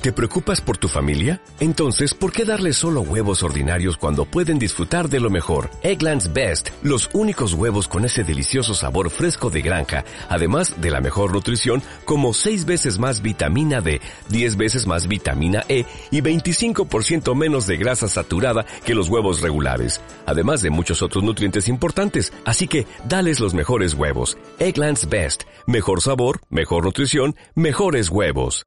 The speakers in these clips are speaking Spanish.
¿Te preocupas por tu familia? Entonces, ¿por qué darles solo huevos ordinarios cuando pueden disfrutar de lo mejor? Eggland's Best, los únicos huevos con ese delicioso sabor fresco de granja, además de la mejor nutrición, como 6 veces más vitamina D, 10 veces más vitamina E y 25% menos de grasa saturada que los huevos regulares, además de muchos otros nutrientes importantes. Así que, dales los mejores huevos. Eggland's Best, mejor sabor, mejor nutrición, mejores huevos.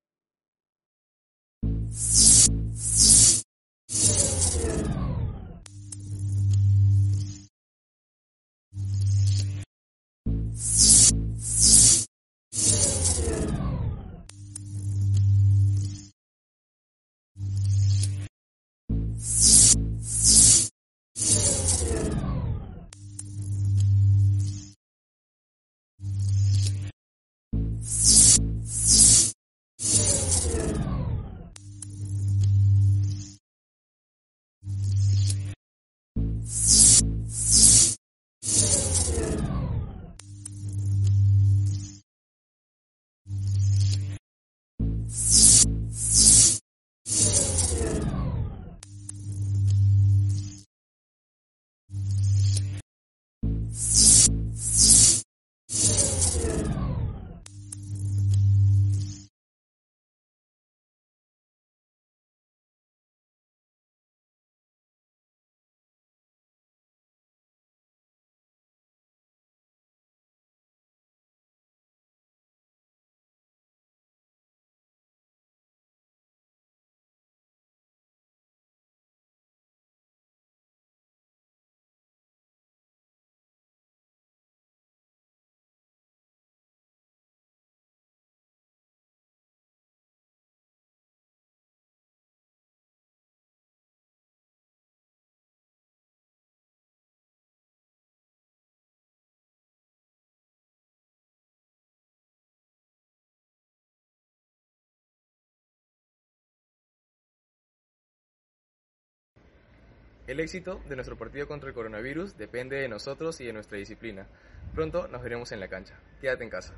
El éxito de nuestro partido contra el coronavirus depende de nosotros y de nuestra disciplina. Pronto nos veremos en la cancha. Quédate en casa.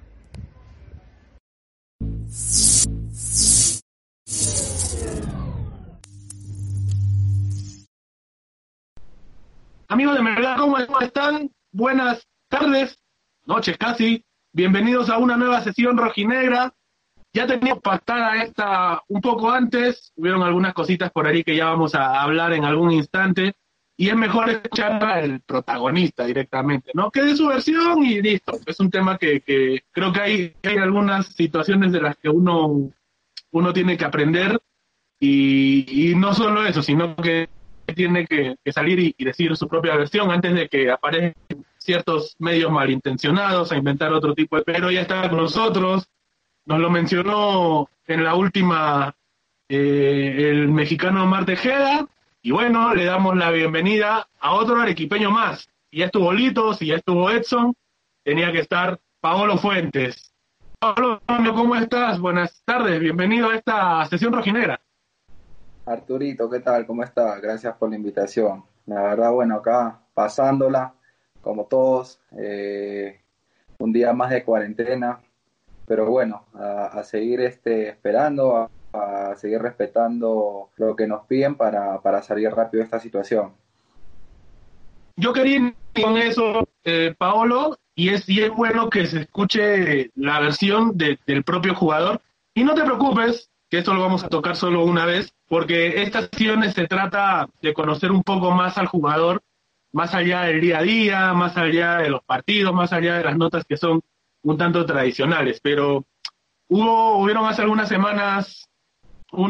Amigos de Melgar, ¿cómo están? Buenas tardes, noches casi. Bienvenidos a una nueva sesión rojinegra. Ya teníamos pactada esta un poco antes. Hubieron algunas cositas por ahí que ya vamos a hablar en algún instante. Y es mejor escuchar al protagonista directamente, ¿no? Que dé su versión y listo. Es un tema que creo que hay algunas situaciones de las que uno tiene que aprender. Y no solo eso, sino que tiene que salir y decir su propia versión antes de que aparezcan ciertos medios malintencionados a inventar otro tipo de... Pero ya está con nosotros, nos lo mencionó en la última el mexicano Omar Tejeda, y bueno, le damos la bienvenida a otro arequipeño más. Si ya estuvo Lito, si ya estuvo Edson, tenía que estar Paolo Fuentes. Paolo, ¿cómo estás? Buenas tardes, bienvenido a esta sesión rojinegra. Arturito, ¿qué tal? ¿Cómo estás? Gracias por la invitación. La verdad, bueno, acá pasándola, como todos, un día más de cuarentena, pero bueno, a seguir esperando, a seguir respetando lo que nos piden para salir rápido de esta situación. Yo quería ir con eso, Paolo, y es bueno que se escuche la versión del propio jugador. Y no te preocupes, que esto lo vamos a tocar solo una vez, porque estas sesiones se trata de conocer un poco más al jugador, más allá del día a día, más allá de los partidos, más allá de las notas que son un tanto tradicionales. Pero hubieron hace algunas semanas un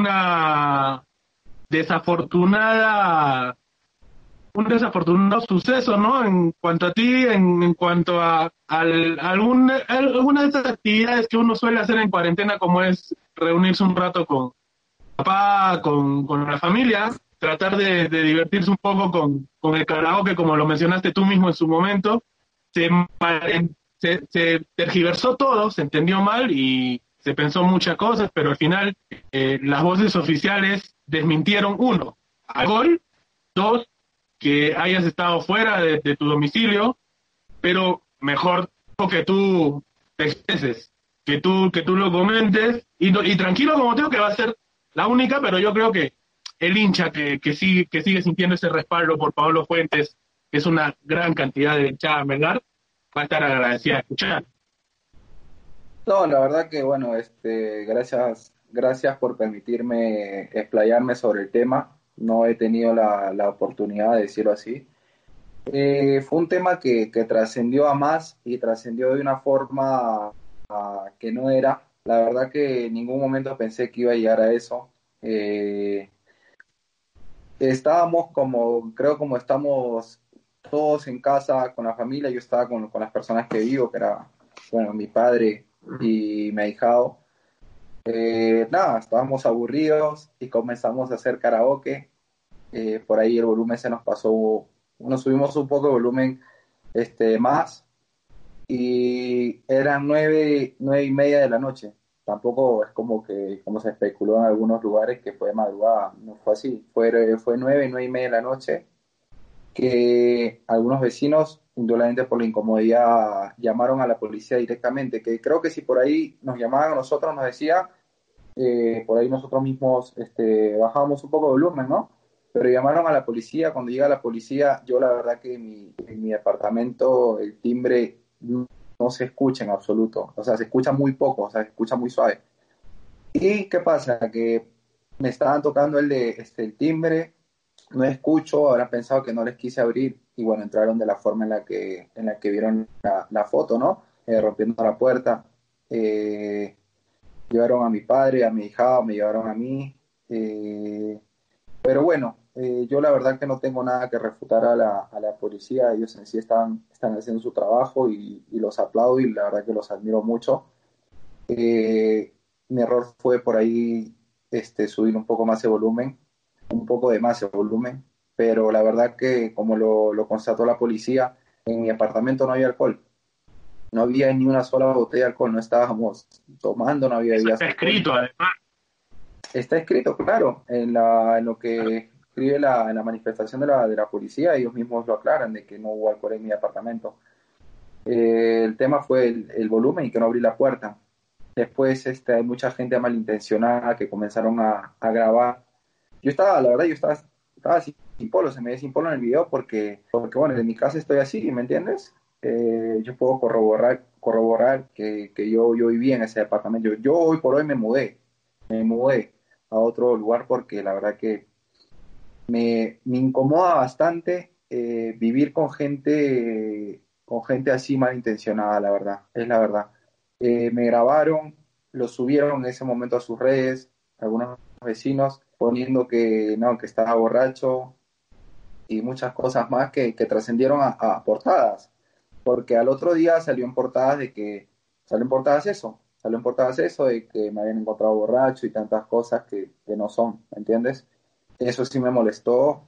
desafortunado suceso, ¿no? En cuanto a ti, en cuanto a alguna de esas actividades que uno suele hacer en cuarentena, como es reunirse un rato con papá, con la familia, tratar de divertirse un poco con el karaoke, como lo mencionaste tú mismo en su momento. Se tergiversó todo, se entendió mal y se pensó muchas cosas, pero al final las voces oficiales desmintieron: uno, al gol; dos, que hayas estado fuera de tu domicilio, pero mejor que tú te expreses. que tú lo comentes, y tranquilo como tengo que va a ser la única, pero yo creo que el hincha que sigue sintiendo ese respaldo por Pablo Fuentes, que es una gran cantidad de hinchada en Melgar, va a estar agradecida de escuchar. No, la verdad que bueno, gracias por permitirme explayarme sobre el tema. No he tenido la oportunidad de decirlo así. Fue un tema que trascendió a más y trascendió de una forma que no era. La verdad que en ningún momento pensé que iba a llegar a eso. Estábamos como estamos todos en casa con la familia. Yo estaba con las personas que vivo, que era, bueno, mi padre y mi ahijado. Nada, estábamos aburridos y comenzamos a hacer karaoke. Por ahí el volumen se nos pasó, nos subimos un poco de volumen más, y eran 9:30 de la noche. Tampoco es como se especuló en algunos lugares que fue de madrugada, no fue así, fue 9:30 de la noche, que algunos vecinos, indudablemente por la incomodidad, llamaron a la policía directamente, que creo que si por ahí nos llamaban a nosotros, nos decía, por ahí nosotros mismos bajábamos un poco de volumen, ¿no? Pero llamaron a la policía. Cuando llega la policía, yo la verdad que en mi departamento el timbre no se escucha en absoluto, o sea, se escucha muy poco, o sea, se escucha muy suave. ¿Y qué pasa? Que me estaban tocando el timbre, no escucho, habrán pensado que no les quise abrir, y bueno, entraron de la forma en la que vieron la foto, ¿no? Rompiendo la puerta. Llevaron a mi padre, a mi hija, me llevaron a mí. Pero bueno, yo la verdad que no tengo nada que refutar a la policía. Ellos en sí están haciendo su trabajo, y los aplaudo, y la verdad que los admiro mucho. Mi error fue por ahí subir un poco más de volumen, un poco de más de volumen, pero la verdad que, como lo constató la policía, en mi apartamento no había alcohol. No había ni una sola botella de alcohol, no estábamos tomando, no había Eso bebidas está escrito, alcohólicas. además. Está escrito, claro, en lo que escribe en la manifestación de la policía. Ellos mismos lo aclaran, de que no hubo alcohol en mi apartamento. El tema fue el volumen y que no abrí la puerta. Después hay mucha gente malintencionada que comenzaron a grabar. La verdad, yo estaba sin polo, se me ve sin polo en el video, porque bueno, en mi casa estoy así, ¿me entiendes? Yo puedo corroborar que yo viví en ese departamento. Yo hoy por hoy me mudé a otro lugar, porque la verdad que me incomoda bastante vivir con gente así malintencionada, la verdad, es la verdad. Me grabaron, lo subieron en ese momento a sus redes, algunos vecinos, poniendo que no, que estaba borracho, y muchas cosas más que trascendieron a portadas, porque al otro día salió en portadas eso de que me habían encontrado borracho y tantas cosas que no son, ¿me entiendes? Eso sí me molestó.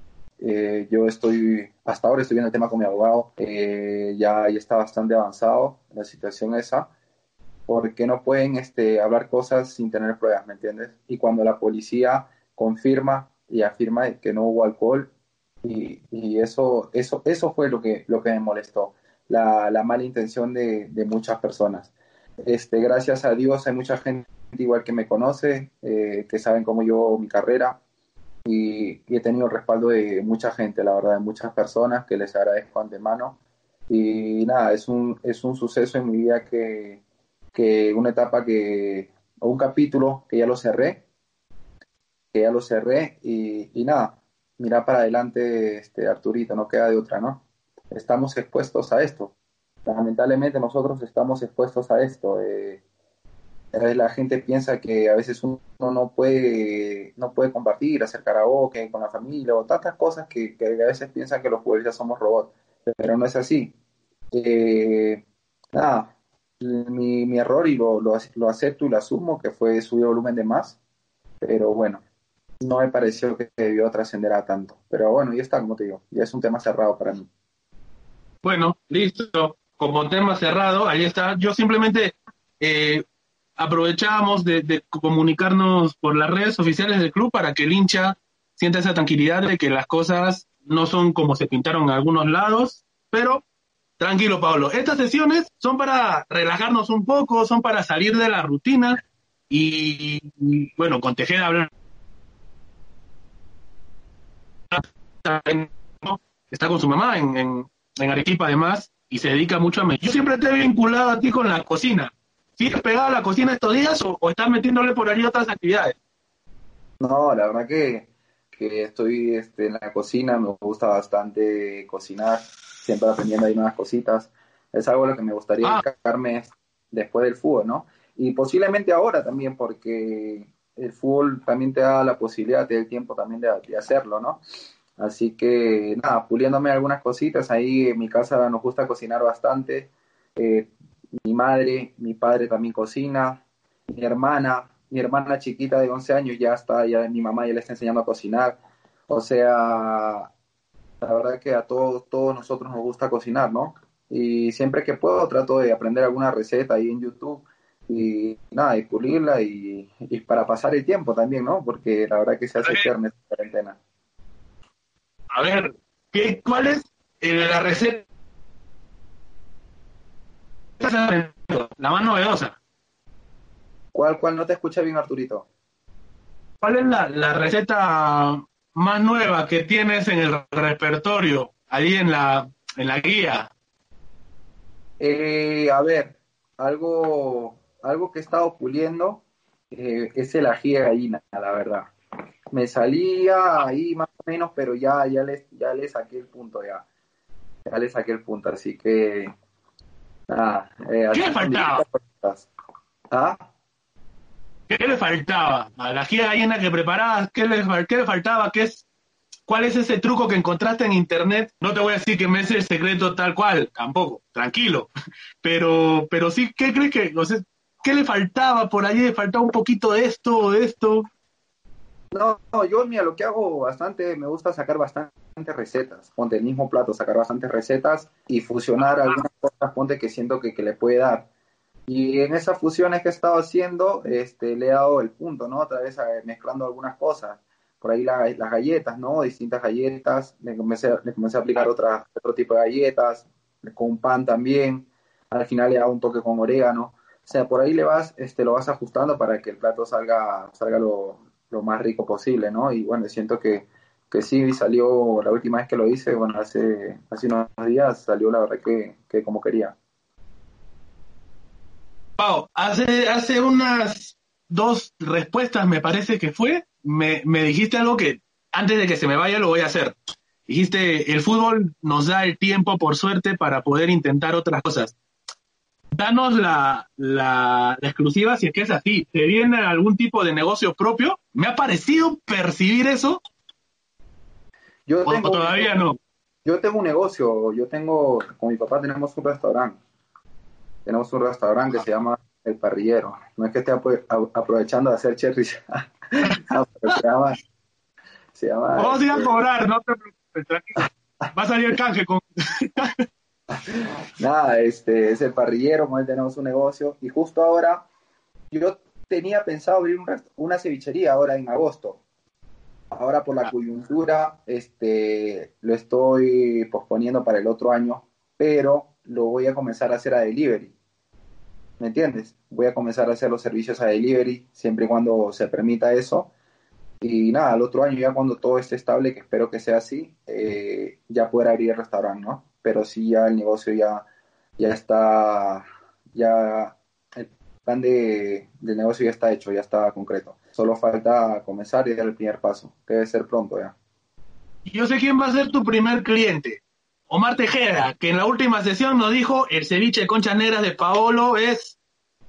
Hasta ahora estoy viendo el tema con mi abogado. Ya está bastante avanzado la situación esa, porque no pueden hablar cosas sin tener pruebas, ¿me entiendes? Y cuando la policía confirma y afirma que no hubo alcohol, y eso fue lo que me molestó, la mala intención de muchas personas. Gracias a Dios hay mucha gente igual que me conoce, que saben cómo yo mi carrera, y he tenido el respaldo de mucha gente, la verdad, de muchas personas, que les agradezco antemano. Y nada, es un suceso en mi vida, que una etapa o un capítulo que ya lo cerré, y nada, mira para adelante, Arturito, no queda de otra, ¿no? Estamos expuestos a esto. Lamentablemente nosotros estamos expuestos a esto. La gente piensa que a veces uno no puede compartir, hacer karaoke con la familia, o tantas cosas, que a veces piensan que los futbolistas somos robots, pero no es así. Eh, Nada, mi error, y lo acepto y lo asumo, que fue subir volumen de más, pero bueno, no me pareció que debió trascender a tanto. Pero bueno, ya está, como te digo, ya es un tema cerrado para mí. Bueno, listo. Como tema cerrado, ahí está. Yo simplemente aprovechábamos de comunicarnos por las redes oficiales del club para que el hincha sienta esa tranquilidad de que las cosas no son como se pintaron en algunos lados, pero Tranquilo, Pablo. Estas sesiones son para relajarnos un poco, son para salir de la rutina y bueno, con Tejeda hablar. Está con su mamá en Arequipa además y se dedica mucho a... Yo siempre te he vinculado a ti con la cocina. ¿Sigues pegado a la cocina estos días o estás metiéndole por ahí otras actividades? No, la verdad que estoy en la cocina, me gusta bastante cocinar, siempre aprendiendo ahí nuevas cositas. Es algo a lo que me gustaría dedicarme después del fútbol, ¿no? Y posiblemente ahora también, porque el fútbol también te da la posibilidad, te da el tiempo también de hacerlo, ¿no? Así que nada, puliéndome algunas cositas, ahí en mi casa nos gusta cocinar bastante. Eh, Mi madre, mi padre también cocina, mi hermana chiquita de 11 años ya está, ya mi mamá ya le está enseñando a cocinar. O sea, la verdad que a todos nosotros nos gusta cocinar, ¿no? Y siempre que puedo trato de aprender alguna receta ahí en YouTube y nada, y pulirla y para pasar el tiempo también, ¿no? Porque la verdad que se hace eterna esta cuarentena. A ver, ¿cuál es la receta, la más novedosa? ¿Cuál no te escucha bien, Arturito? ¿Cuál es la receta más nueva que tienes en el repertorio, ahí en la guía? A ver, algo que he estado puliendo es el ají de gallina, la verdad. Me salía ahí más o menos, pero ya le saqué el punto, ya le saqué el punto, así que nada, ¿Qué le así son faltaba? distintas cosas. ¿Ah? ¿Qué le faltaba? A la ají de gallina que preparabas, ¿qué le faltaba? ¿Cuál es ese truco que encontraste en internet? No te voy a decir que me es el secreto tal cual, tampoco, tranquilo. Pero sí, ¿qué crees que, o sea, qué le faltaba por allí? ¿Le faltaba un poquito de esto o de esto? No, yo mira, lo que hago bastante, me gusta sacar bastantes recetas, ponte el mismo plato, sacar bastantes recetas y fusionar algunas cosas, ponte que siento que le puede dar. Y en esas fusiones que he estado haciendo, le he dado el punto, ¿no? Otra vez mezclando algunas cosas. Por ahí las galletas, ¿no? Distintas galletas. Le comencé a aplicar otro tipo de galletas, con pan también. Al final le hago un toque con orégano. O sea, por ahí lo vas ajustando para que el plato salga lo más rico posible, ¿no? Y bueno, siento que sí salió, la última vez que lo hice, bueno, hace unos días salió la verdad que como quería. Pau, hace unas 2 respuestas, me parece que me dijiste algo que antes de que se me vaya lo voy a hacer. Dijiste, el fútbol nos da el tiempo, por suerte, para poder intentar otras cosas. Danos la exclusiva si es que es así. ¿Te viene algún tipo de negocio propio? Me ha parecido percibir eso, Yo o tengo todavía no. Yo tengo un negocio, con mi papá tenemos un restaurante. Tenemos un restaurante que se llama El Parrillero. No es que esté aprovechando de hacer cherry. No, pero se llama Vamos a ir a cobrar, no te preocupes, tranquilo. Va a salir el canje con... nada, es El Parrillero, con él tenemos un negocio. Y justo ahora, yo tenía pensado abrir una cevichería ahora en agosto. Ahora por la coyuntura, lo estoy posponiendo para el otro año, pero lo voy a comenzar a hacer a delivery. ¿Me entiendes? Voy a comenzar a hacer los servicios a delivery, siempre y cuando se permita eso. Y nada, el otro año ya cuando todo esté estable, que espero que sea así, ya poder abrir el restaurante, ¿no? Pero sí ya el negocio ya está, ya el plan del negocio ya está hecho, ya está concreto. Solo falta comenzar y dar el primer paso, que debe ser pronto ya. Yo sé quién va a ser tu primer cliente. Omar Tejeda, que en la última sesión nos dijo el ceviche de conchas negras de Paolo es...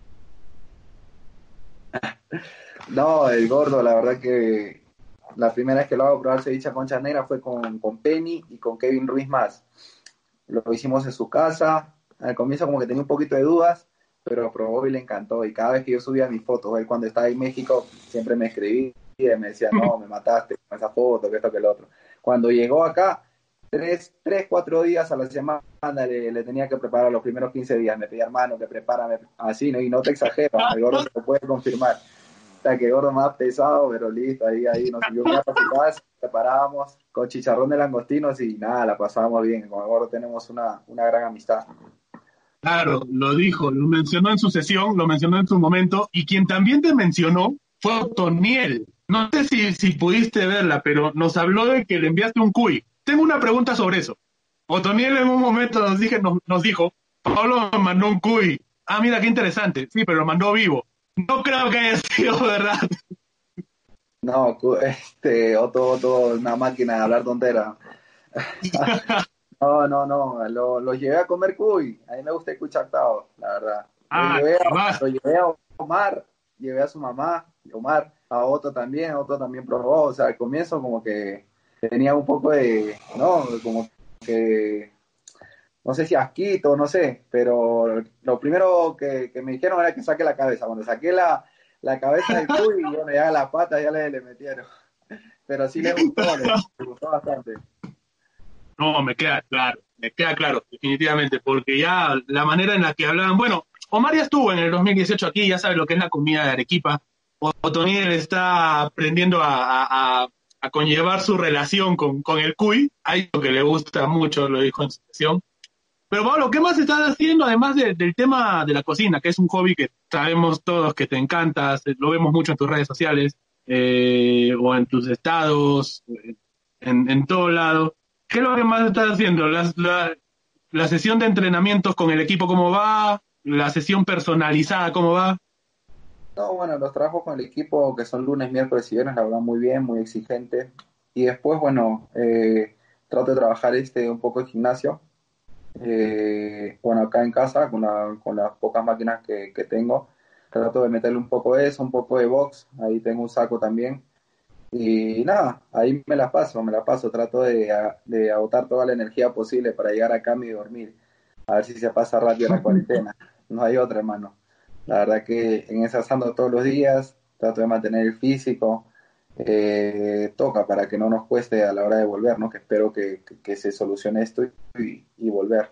No, el gordo, la verdad que la primera vez que lo hago probar ceviche a concha negra fue con Penny y con Kevin Ruiz más. Lo hicimos en su casa. Al comienzo como que tenía un poquito de dudas, pero probó y le encantó. Y cada vez que yo subía mis fotos, él cuando estaba en México siempre me escribía y me decía, no, me mataste con esa foto, que esto, que lo otro. Cuando llegó acá, 4 días a la semana le tenía que preparar los primeros 15 días. Me pedía, hermano, que prepárame así, ¿no? Y no te exagero, el gordo se lo puede confirmar. hasta que gordo más pesado, pero listo, ahí nos sirvió para su casa, preparábamos con chicharrón de langostinos y nada, la pasábamos bien, con el gordo tenemos una gran amistad. Claro, lo dijo, lo mencionó en su sesión, lo mencionó en su momento, y quien también te mencionó fue Otoniel. No sé si pudiste verla, pero nos habló de que le enviaste un cuy. Tengo una pregunta sobre eso. Otoniel en un momento nos dijo, Pablo me mandó un cuy. Ah, mira, qué interesante. Sí, pero lo mandó vivo. No creo que haya sido verdad. No, Otto, una máquina de hablar tontera. No, lo llevé a comer cuy. A mí me gusta el cuy chartado, la verdad. Ah, Lo llevé a Omar, llevé a su mamá, Omar, a Otto también probó. O sea, al comienzo como que tenía un poco de, no, como que, no sé si asquito, no sé, pero lo primero que me dijeron era que saque la cabeza. Cuando saqué la cabeza del cuy, y bueno, ya las patas ya le metieron. Pero sí les gustó bastante. no, me queda claro, definitivamente, porque ya la manera en la que hablaban, bueno, Omar ya estuvo en el 2018 aquí, ya sabe lo que es la comida de Arequipa. Otoniel está aprendiendo a conllevar su relación con el cuy, hay algo que le gusta mucho, lo dijo en su sesión. Pero Pablo, ¿qué más estás haciendo además del tema de la cocina, que es un hobby que sabemos todos que te encanta, lo vemos mucho en tus redes sociales o en tus estados, en todo lado? ¿Qué es lo que más estás haciendo? La sesión de entrenamientos con el equipo, ¿cómo va? La sesión personalizada, ¿cómo va? No, bueno, los trabajos con el equipo que son lunes, miércoles y viernes, la verdad muy bien, muy exigente. Y después, bueno, trato de trabajar un poco de gimnasio. Bueno, acá en casa, con las pocas máquinas que tengo, trato de meterle un poco de eso, un poco de box. Ahí tengo un saco también. Y nada, ahí me la paso, trato de agotar toda la energía posible para llegar a cama y dormir. A ver si se pasa rápido la cuarentena. No hay otra, hermano. La verdad que en esas ando todos los días, trato de mantener el físico. Toca para que no nos cueste a la hora de volver, ¿no? Que espero que se solucione esto y volver.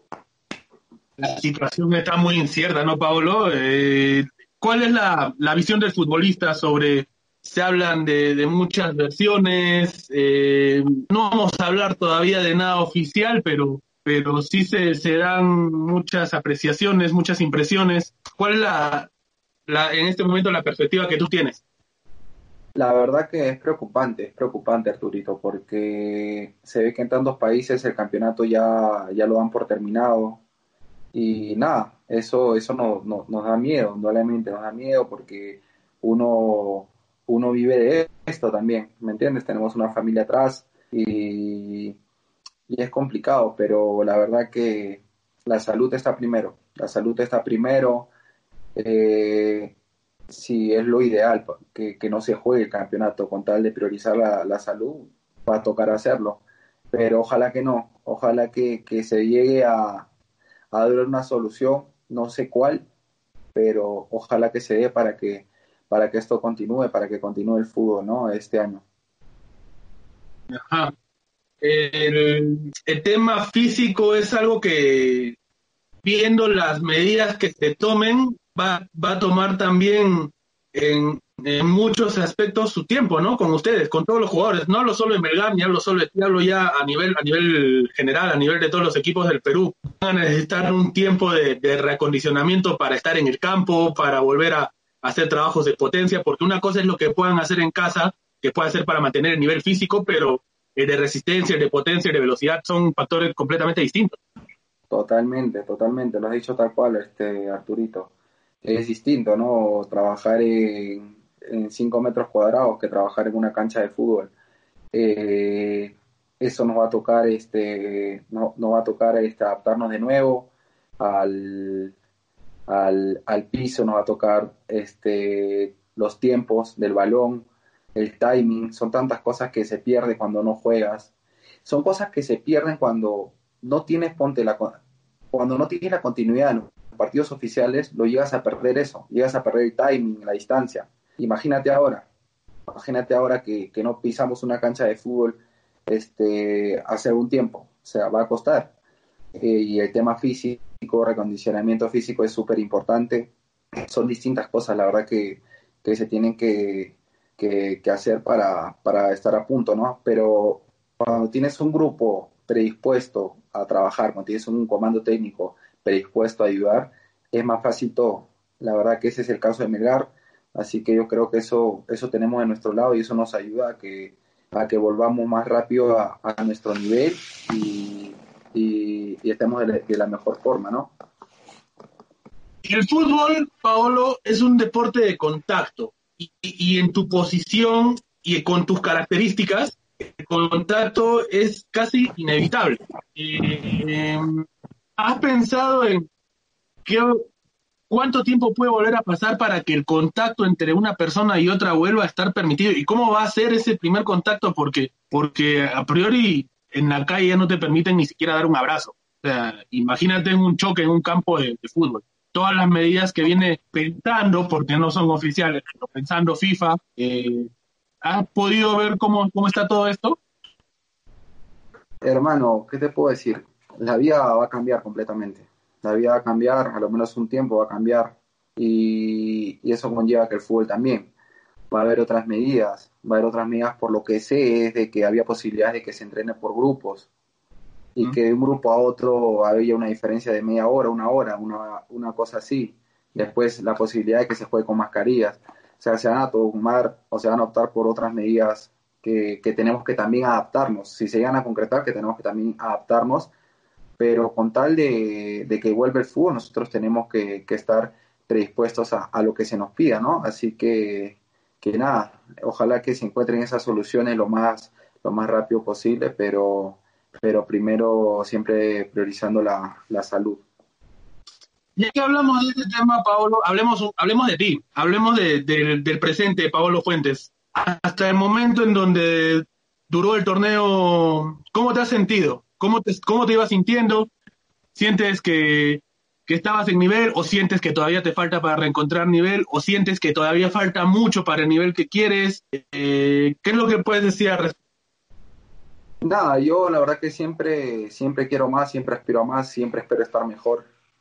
La situación está muy incierta, ¿no, Pablo? ¿Cuál es la visión del futbolista sobre... Se hablan de muchas versiones, no vamos a hablar todavía de nada oficial, pero sí se dan muchas apreciaciones, muchas impresiones. ¿Cuál es en este momento la perspectiva que tú tienes? La verdad que es preocupante Arturito, porque se ve que en tantos países el campeonato ya lo dan por terminado. Y nada, eso nos da miedo, indudablemente nos da miedo porque uno, uno vive de esto también, ¿me entiendes? Tenemos una familia atrás y es complicado, pero la verdad que la salud está primero, eh, si es lo ideal, que no se juegue el campeonato con tal de priorizar la salud, va a tocar hacerlo, pero ojalá que no, ojalá que se llegue a dar una solución, no sé cuál, pero ojalá que se dé para que esto continúe, para que continúe el fútbol, ¿no? Este año. Ajá. El tema físico es algo que, viendo las medidas que se tomen, va a tomar también en muchos aspectos su tiempo, ¿no? Con ustedes, con todos los jugadores. No hablo solo de Melgar, ni hablo solo de ti, hablo ya a nivel general, a nivel de todos los equipos del Perú. Van a necesitar un tiempo de reacondicionamiento para estar en el campo, para volver a hacer trabajos de potencia, porque una cosa es lo que puedan hacer en casa, que puede hacer para mantener el nivel físico, pero el de resistencia, el de potencia, el de velocidad son factores completamente distintos. Totalmente, lo has dicho tal cual, Arturito. Es distinto, ¿no? Trabajar en 5 metros cuadrados que trabajar en una cancha de fútbol. Eh, Eso nos va a tocar, nos va a tocar adaptarnos de nuevo al, al piso, nos va a tocar los tiempos del balón, el timing, son tantas cosas que se pierden cuando no juegas. Son cosas que se pierden cuando no tienes, cuando no tienes la continuidad en los partidos oficiales, lo llegas a perder eso, llegas a perder el timing, la distancia. Imagínate ahora que no pisamos una cancha de fútbol hace algún tiempo, o sea, va a costar. Y el tema físico, recondicionamiento físico es súper importante. Son distintas cosas, la verdad que que se tienen que hacer para estar a punto, ¿no? Pero cuando tienes un grupo predispuesto a trabajar, cuando tienes un comando técnico predispuesto a ayudar, es más fácil todo. La verdad que ese es el caso de Melgar, así que yo creo que eso tenemos de nuestro lado y eso nos ayuda a que volvamos más rápido a nuestro nivel y estemos de la mejor forma, ¿no? El fútbol, Paolo, es un deporte de contacto y en tu posición y con tus características, el contacto es casi inevitable. Eh, ¿Has pensado en qué, cuánto tiempo puede volver a pasar para que el contacto entre una persona y otra vuelva a estar permitido? ¿Y cómo va a ser ese primer contacto? Porque a priori en la calle ya no te permiten ni siquiera dar un abrazo. O sea, imagínate en un choque en un campo de fútbol. Todas las medidas que viene pensando, porque no son oficiales, pero pensando FIFA, ¿has podido ver cómo está todo esto? Hermano, ¿qué te puedo decir? La vida va a cambiar completamente. La vida va a cambiar, a lo menos un tiempo va a cambiar y eso conlleva que el fútbol también. Va a haber otras medidas, va a haber otras medidas por lo que sé es de que había posibilidades de que se entrene por grupos y que de un grupo a otro había una diferencia de media hora, una cosa así. Después la posibilidad de que se juegue con mascarillas. O sea, se van a tomar o se van a optar por otras medidas que tenemos que también adaptarnos. Si se llegan a concretar, que tenemos que también adaptarnos, pero con tal de que vuelva el fútbol, nosotros tenemos que estar predispuestos a lo que se nos pida, ¿no? Así que nada, ojalá que se encuentren esas soluciones lo más rápido posible, pero primero siempre priorizando la salud. Ya que hablamos de este tema, Paolo, hablemos de ti, hablemos del presente, Paolo Fuentes. Hasta el momento en donde duró el torneo, ¿cómo te has sentido? ¿Cómo te ibas sintiendo? ¿Sientes que estabas en nivel o sientes que todavía te falta para reencontrar nivel o sientes que todavía falta mucho para el nivel que quieres? ¿Qué es lo que puedes decir al respecto? Nada, yo la verdad que siempre quiero más, siempre aspiro a más, siempre espero estar mejor.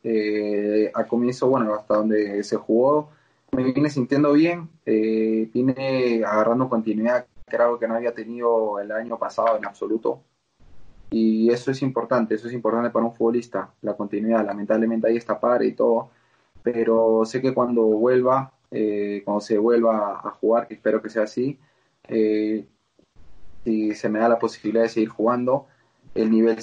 Al comienzo, bueno, hasta donde se jugó, me vine sintiendo bien, vine agarrando continuidad, que era algo que no había tenido el año pasado en absoluto. Y eso es importante para un futbolista, la continuidad. Lamentablemente ahí está padre y todo, pero sé que cuando se vuelva a jugar, que espero que sea así, eh, si se me da la posibilidad de seguir jugando, el nivel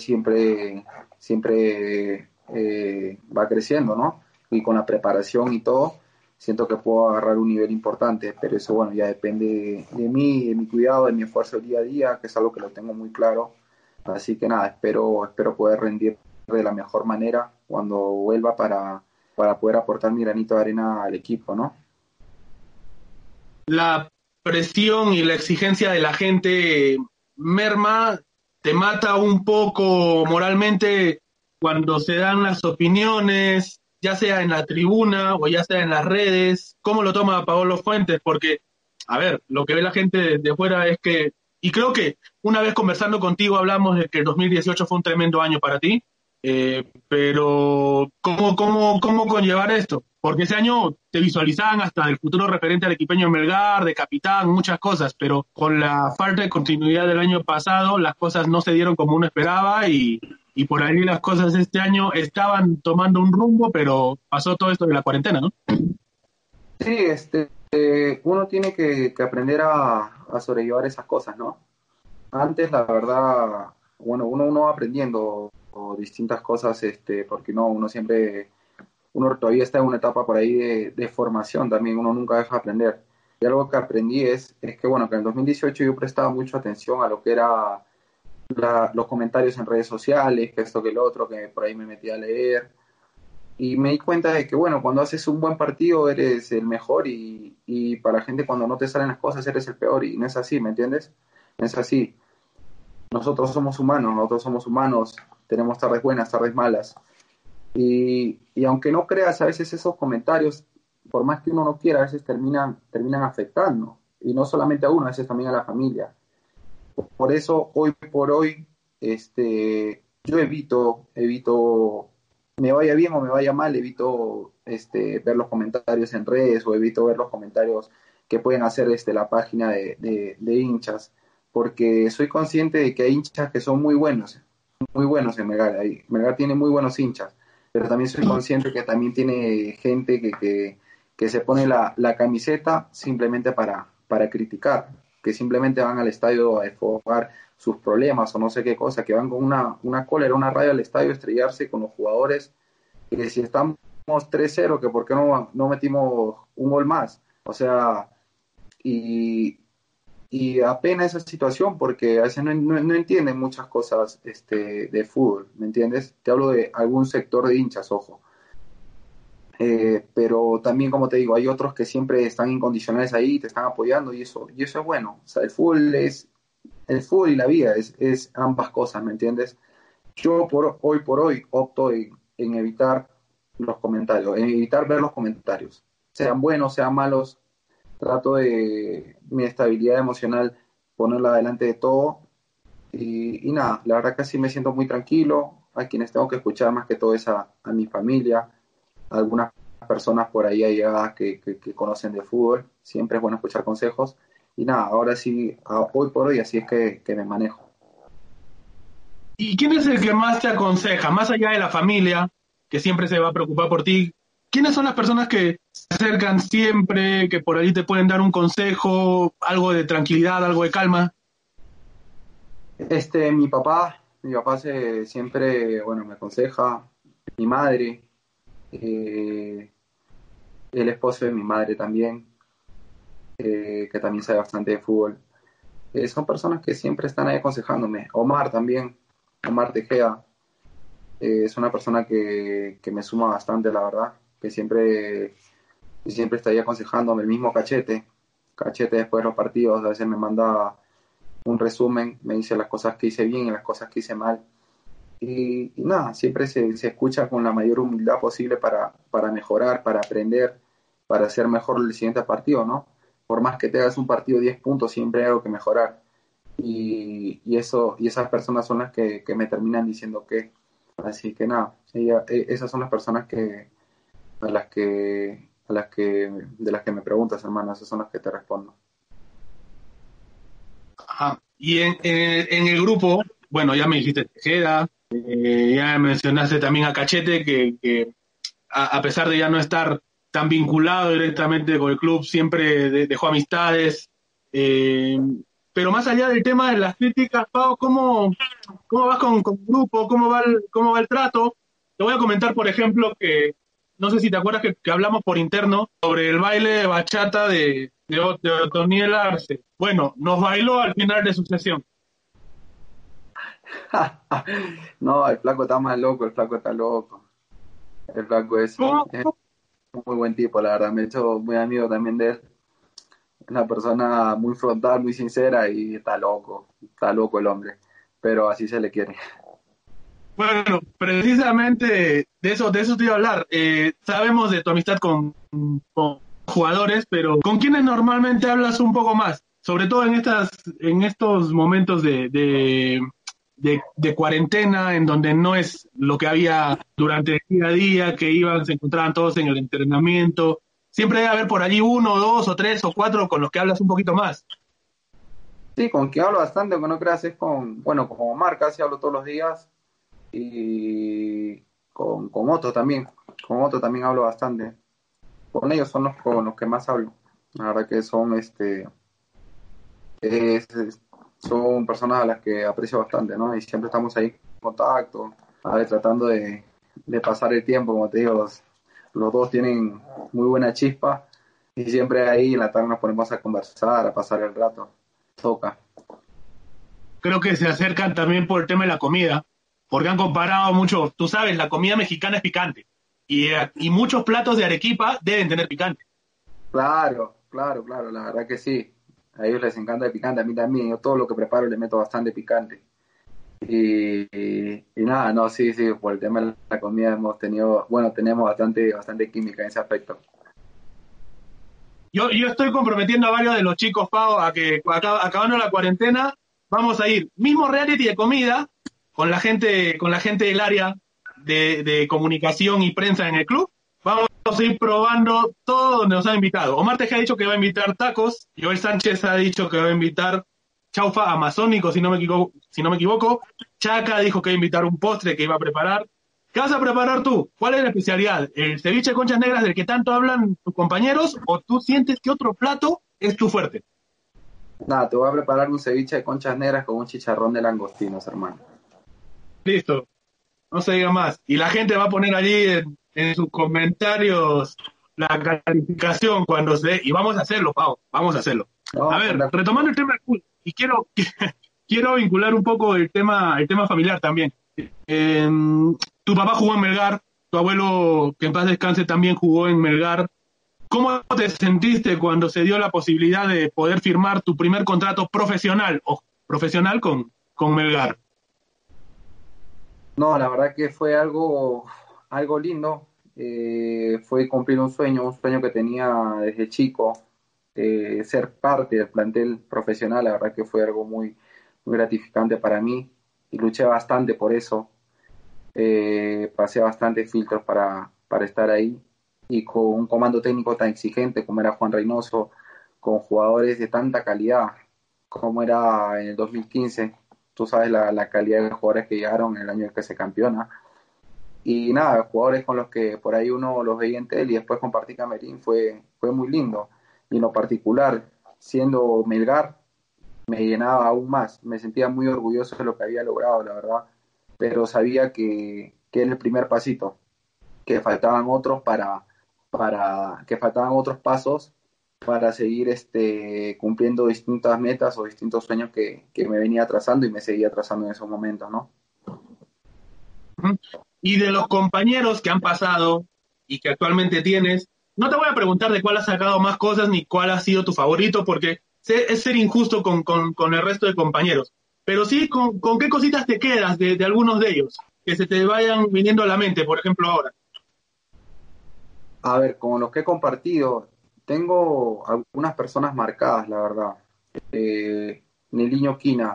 siempre va creciendo, ¿no? Y con la preparación y todo, siento que puedo agarrar un nivel importante, pero eso, bueno, ya depende de mí, de mi cuidado, de mi esfuerzo día a día, que es algo que lo tengo muy claro. Así que nada, espero poder rendir de la mejor manera cuando vuelva para poder aportar mi granito de arena al equipo, ¿no? La presión y la exigencia de la gente merma, te mata un poco moralmente cuando se dan las opiniones, ya sea en la tribuna o ya sea en las redes. ¿Cómo lo toma Paolo Fuentes? Porque, a ver, lo que ve la gente de fuera es que, y creo que una vez conversando contigo hablamos de que el 2018 fue un tremendo año para ti, pero ¿cómo conllevar esto? Porque ese año te visualizaban hasta el futuro referente al equipeño Melgar, de capitán, muchas cosas, pero con la falta de continuidad del año pasado, las cosas no se dieron como uno esperaba y por ahí las cosas este año estaban tomando un rumbo, pero pasó todo esto de la cuarentena, ¿no? Sí, uno tiene que aprender a sobrellevar esas cosas, ¿no? Antes, la verdad, bueno, uno va aprendiendo distintas cosas, porque no, uno todavía está en una etapa por ahí de formación también, uno nunca deja de aprender. Y algo que aprendí es que, bueno, que en el 2018 yo prestaba mucha atención a lo que era los comentarios en redes sociales, que esto, que lo otro, que por ahí me metí a leer. Y me di cuenta de que, bueno, cuando haces un buen partido eres el mejor y para la gente cuando no te salen las cosas eres el peor. Y no es así, ¿me entiendes? No es así. Nosotros somos humanos, tenemos tardes buenas, tardes malas. Y aunque no creas, a veces esos comentarios, por más que uno no quiera, a veces terminan afectando. Y no solamente a uno, a veces también a la familia. Por eso, hoy por hoy, yo evito, me vaya bien o me vaya mal, evito ver los comentarios en redes o evito ver los comentarios que pueden hacer la página de hinchas, porque soy consciente de que hay hinchas que son muy buenos en Melgar. Melgar tiene muy buenos hinchas, pero también soy consciente que también tiene gente que se pone la camiseta simplemente para criticar, que simplemente van al estadio a desfogar sus problemas o no sé qué cosa, que van con una cólera, una rabia al estadio a estrellarse con los jugadores, que si estamos 3-0, que por qué no metimos un gol más. O sea, y apena esa situación porque a veces no entienden muchas cosas de fútbol, ¿me entiendes? Te hablo de algún sector de hinchas, ojo. Pero también, como te digo, hay otros que siempre están incondicionales ahí, te están apoyando y eso es bueno. O sea, el fútbol y la vida es ambas cosas, ¿me entiendes? Yo hoy por hoy opto en evitar los comentarios, en evitar ver los comentarios, sean buenos, sean malos. Trato de mi estabilidad emocional ponerla delante de todo y nada, la verdad que así me siento muy tranquilo. A quienes tengo que escuchar más que todo es a mi familia, a algunas personas por ahí allegadas que conocen de fútbol. Siempre es bueno escuchar consejos y nada, ahora sí, hoy por hoy así es que me manejo. ¿Y quién es el que más te aconseja, más allá de la familia, que siempre se va a preocupar por ti? ¿Quiénes son las personas que se acercan siempre, que por ahí te pueden dar un consejo, algo de tranquilidad, algo de calma? Mi papá siempre, bueno, me aconseja, mi madre, el esposo de mi madre también, que también sabe bastante de fútbol. Son personas que siempre están ahí aconsejándome. Omar también, Omar Tejeda, es una persona que me suma bastante, la verdad, que siempre está ahí aconsejándome. El mismo Cachete después de los partidos a veces me manda un resumen, me dice las cosas que hice bien y las cosas que hice mal. Y nada, siempre se escucha con la mayor humildad posible para mejorar, para aprender, para hacer mejor el siguiente partido, ¿no? Por más que te hagas un partido de 10 puntos, siempre hay algo que mejorar. Y esas personas son las que me terminan diciendo que. Así que nada, esas son las personas de las que me preguntas, hermano, esas son las que te respondo. Ajá. Y en el grupo, bueno, ya me dijiste Tejeda, ya mencionaste también a Cachete, que a pesar de ya no estar tan vinculado directamente con el club, siempre dejó amistades. Pero más allá del tema de las críticas, Pau, ¿cómo vas con el grupo? ¿Cómo va el trato? Te voy a comentar, por ejemplo, que no sé si te acuerdas que hablamos por interno sobre el baile de bachata de Otoniel Arce. Bueno, nos bailó al final de su sesión. No, el flaco está más loco, el flaco está loco. El flaco es un muy buen tipo, la verdad. Me he hecho muy amigo también de él. Es una persona muy frontal, muy sincera y está loco el hombre. Pero así se le quiere. Bueno, precisamente de eso te iba a hablar. Sabemos de tu amistad con jugadores, pero ¿con quiénes normalmente hablas un poco más? Sobre todo en estos momentos de cuarentena, en donde no es lo que había durante el día a día, que se encontraban todos en el entrenamiento. Siempre debe haber por allí 1, 2 o 3 o 4 con los que hablas un poquito más. Sí, con quien hablo bastante, aunque no creas, es con Omar, casi hablo todos los días. Y con Otto también. Con Otto también hablo bastante. Con ellos son con los que más hablo. La verdad que son son personas a las que aprecio bastante, ¿no? Y siempre estamos ahí en contacto, a ver, tratando de pasar el tiempo, como te digo, los dos tienen muy buena chispa y siempre ahí en la tarde nos ponemos a conversar, a pasar el rato. Toca. Creo que se acercan también por el tema de la comida, porque han comparado mucho. Tú sabes, la comida mexicana es picante y muchos platos de Arequipa deben tener picante. Claro, la verdad que sí. A ellos les encanta el picante, a mí también. Yo todo lo que preparo le meto bastante picante. Y nada, no, sí, por el tema de la comida tenemos bastante química en ese aspecto. Yo estoy comprometiendo a varios de los chicos, Pau, a que acabando la cuarentena vamos a ir, mismo reality de comida, con la gente del área de comunicación y prensa en el club, vamos a ir probando todo donde nos han invitado. Omar Teja ha dicho que va a invitar tacos, Joel Sánchez ha dicho que va a invitar chaufa amazónico, si no me equivoco. Chaca dijo que iba a invitar un postre que iba a preparar. ¿Qué vas a preparar tú? ¿Cuál es la especialidad? ¿El ceviche de conchas negras del que tanto hablan tus compañeros o tú sientes que otro plato es tu fuerte? Nada, te voy a preparar un ceviche de conchas negras con un chicharrón de langostinos, hermano. Listo, no se diga más. Y la gente va a poner allí en sus comentarios la calificación cuando se dé. Y vamos a hacerlo, Pau, vamos a hacerlo. A ver, retomando el tema del fútbol, y quiero vincular un poco el tema familiar también. Tu papá jugó en Melgar, tu abuelo, que en paz descanse, también jugó en Melgar. ¿Cómo te sentiste cuando se dio la posibilidad de poder firmar tu primer contrato profesional con Melgar? No, la verdad que fue algo lindo. Fue cumplir un sueño que tenía desde chico, ser parte del plantel profesional. La verdad que fue algo muy, muy gratificante para mí y luché bastante por eso. Pasé bastantes filtros para estar ahí, y con un comando técnico tan exigente como era Juan Reynoso, con jugadores de tanta calidad como era en el 2015. Tú sabes la calidad de jugadores que llegaron en el año en que se campeona. Y nada, jugadores con los que por ahí uno los veía en tele y después compartí camerín, fue muy lindo. Y en lo particular, siendo Melgar, me llenaba aún más. Me sentía muy orgulloso de lo que había logrado, la verdad. Pero sabía que era el primer pasito, que faltaban otros que faltaban otros pasos para seguir cumpliendo distintas metas o distintos sueños que me venía trazando y me seguía trazando en esos momentos, ¿no? Y de los compañeros que han pasado y que actualmente tienes, no te voy a preguntar de cuál has sacado más cosas ni cuál ha sido tu favorito, porque es ser injusto con el resto de compañeros. Pero sí, ¿con qué cositas te quedas de algunos de ellos? Que se te vayan viniendo a la mente, por ejemplo, ahora. A ver, con los que he compartido, tengo algunas personas marcadas, la verdad. Neliño Quina,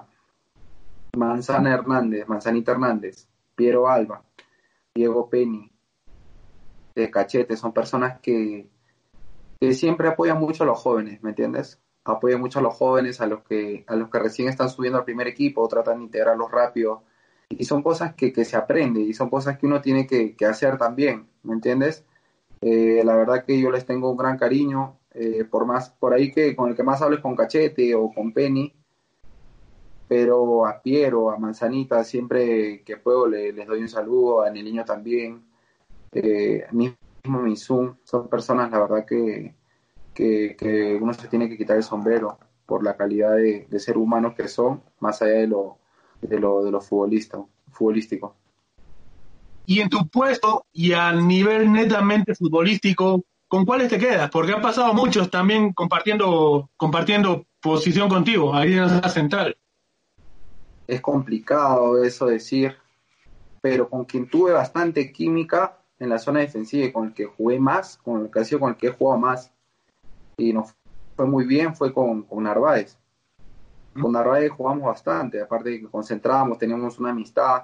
Manzanita Hernández, Piero Alba, Diego Penny, de Cachete, son personas que siempre apoyan mucho a los jóvenes, ¿me entiendes? Apoyan mucho a los jóvenes, a los que recién están subiendo al primer equipo, tratan de integrarlos rápido, y son cosas que se aprende, y son cosas que uno tiene que hacer también, ¿me entiendes? La verdad que yo les tengo un gran cariño, por ahí que con el que más hablo es con Cachete o con Penny, pero a Piero, a Manzanita, siempre que puedo les doy un saludo, a Neliño también, mismo Minsun. Son personas, la verdad, que uno se tiene que quitar el sombrero por la calidad de ser humanos que son, más allá de lo futbolístico. Y en tu puesto y a nivel netamente futbolístico, ¿con cuáles te quedas? Porque han pasado muchos también compartiendo posición contigo, ahí en la central. Es complicado eso decir, pero con quien tuve bastante química en la zona defensiva y con el que jugué más, con el que ha sido con el que he jugado más, y nos fue muy bien, fue con Narváez. Con Narváez jugamos bastante, aparte de que concentrábamos, teníamos una amistad,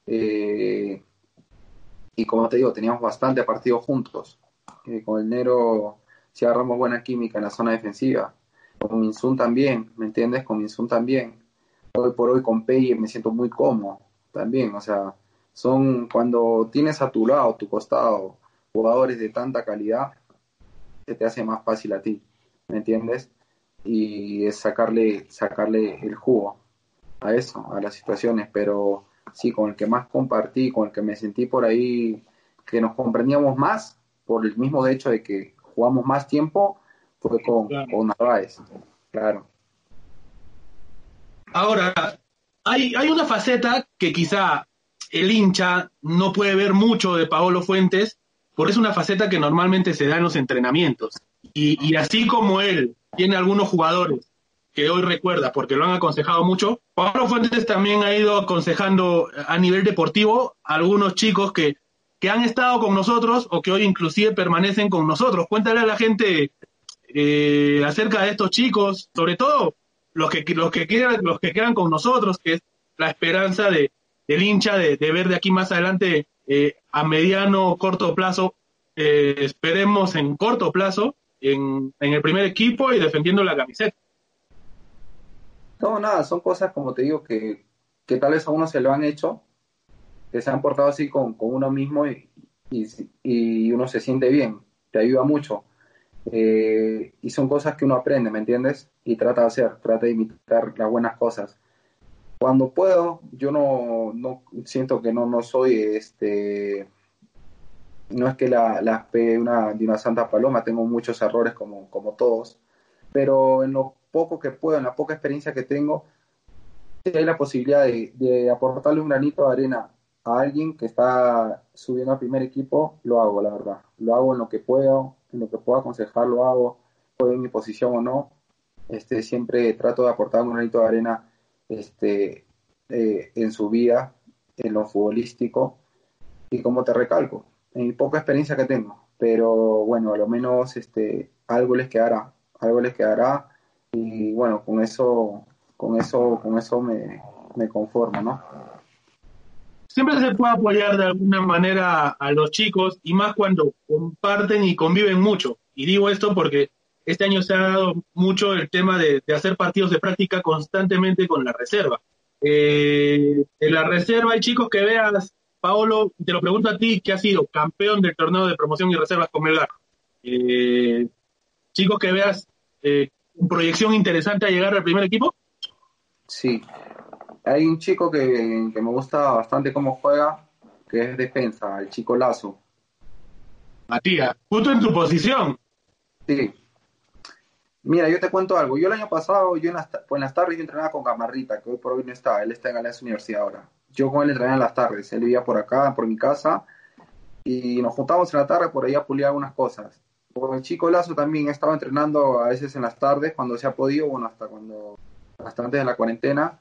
y como te digo, teníamos bastante partidos juntos. Con el Nero sí agarramos buena química en la zona defensiva. Con Minsun también, ¿me entiendes? Con Minsun también. Hoy por hoy con Peye me siento muy cómodo también. O sea, son cuando tienes a tu lado, a tu costado, jugadores de tanta calidad, se te hace más fácil a ti, ¿me entiendes? Y es sacarle el jugo a eso, a las situaciones. Pero sí, con el que más compartí, con el que me sentí por ahí que nos comprendíamos más, por el mismo hecho de que jugamos más tiempo, fue con Narváez, claro. Ahora, hay una faceta que quizá el hincha no puede ver mucho de Paolo Fuentes, porque es una faceta que normalmente se da en los entrenamientos. Y así como él tiene algunos jugadores que hoy recuerda porque lo han aconsejado mucho, Paolo Fuentes también ha ido aconsejando a nivel deportivo a algunos chicos que han estado con nosotros o que hoy inclusive permanecen con nosotros. Cuéntale a la gente acerca de estos chicos, sobre todo los que quedan con nosotros, que es la esperanza del hincha de ver de aquí más adelante a mediano o corto plazo esperemos en corto plazo en el primer equipo y defendiendo la camiseta. No, nada, son cosas, como te digo, que tal vez a uno se lo han hecho, que se han portado así con uno mismo y uno se siente bien, te ayuda mucho. Y son cosas que uno aprende, ¿me entiendes? Y trata de hacer, trata de imitar las buenas cosas. Cuando puedo, yo no siento que no soy, no es que la pegue de una santa paloma, tengo muchos errores como todos, pero en lo poco que puedo, en la poca experiencia que tengo, si hay la posibilidad de aportarle un granito de arena a alguien que está subiendo al primer equipo, lo hago, la verdad. Lo hago en lo que puedo, en lo que puedo aconsejar, lo hago, puedo en mi posición o no. Siempre trato de aportar un granito de arena en su vida, en lo futbolístico, y como te recalco, en mi poca experiencia que tengo, pero bueno, a lo menos algo les quedará, y bueno, con eso me conformo, ¿no? Siempre se puede apoyar de alguna manera a los chicos y más cuando comparten y conviven mucho. Y digo esto porque este año se ha dado mucho el tema de hacer partidos de práctica constantemente con la reserva. En la reserva hay chicos que veas, Paolo, te lo pregunto a ti, que has sido campeón del torneo de promoción y reservas con Melgar. Eh, Chicos que veas con proyección interesante a llegar al primer equipo. Sí, hay un chico que me gusta bastante cómo juega, que es defensa, el chico Lazo. Matías, justo en tu posición. Sí, mira, yo te cuento algo. Yo el año pasado, pues en las tardes yo entrenaba con Gamarrita, que hoy por hoy no está, él está en Alianza Universidad ahora. Yo con él entrenaba en las tardes, él vivía por acá, por mi casa, y nos juntábamos en la tarde por ahí a pulir algunas cosas. Con el chico Lazo también he estado entrenando a veces en las tardes, cuando se ha podido, bueno, hasta antes de la cuarentena,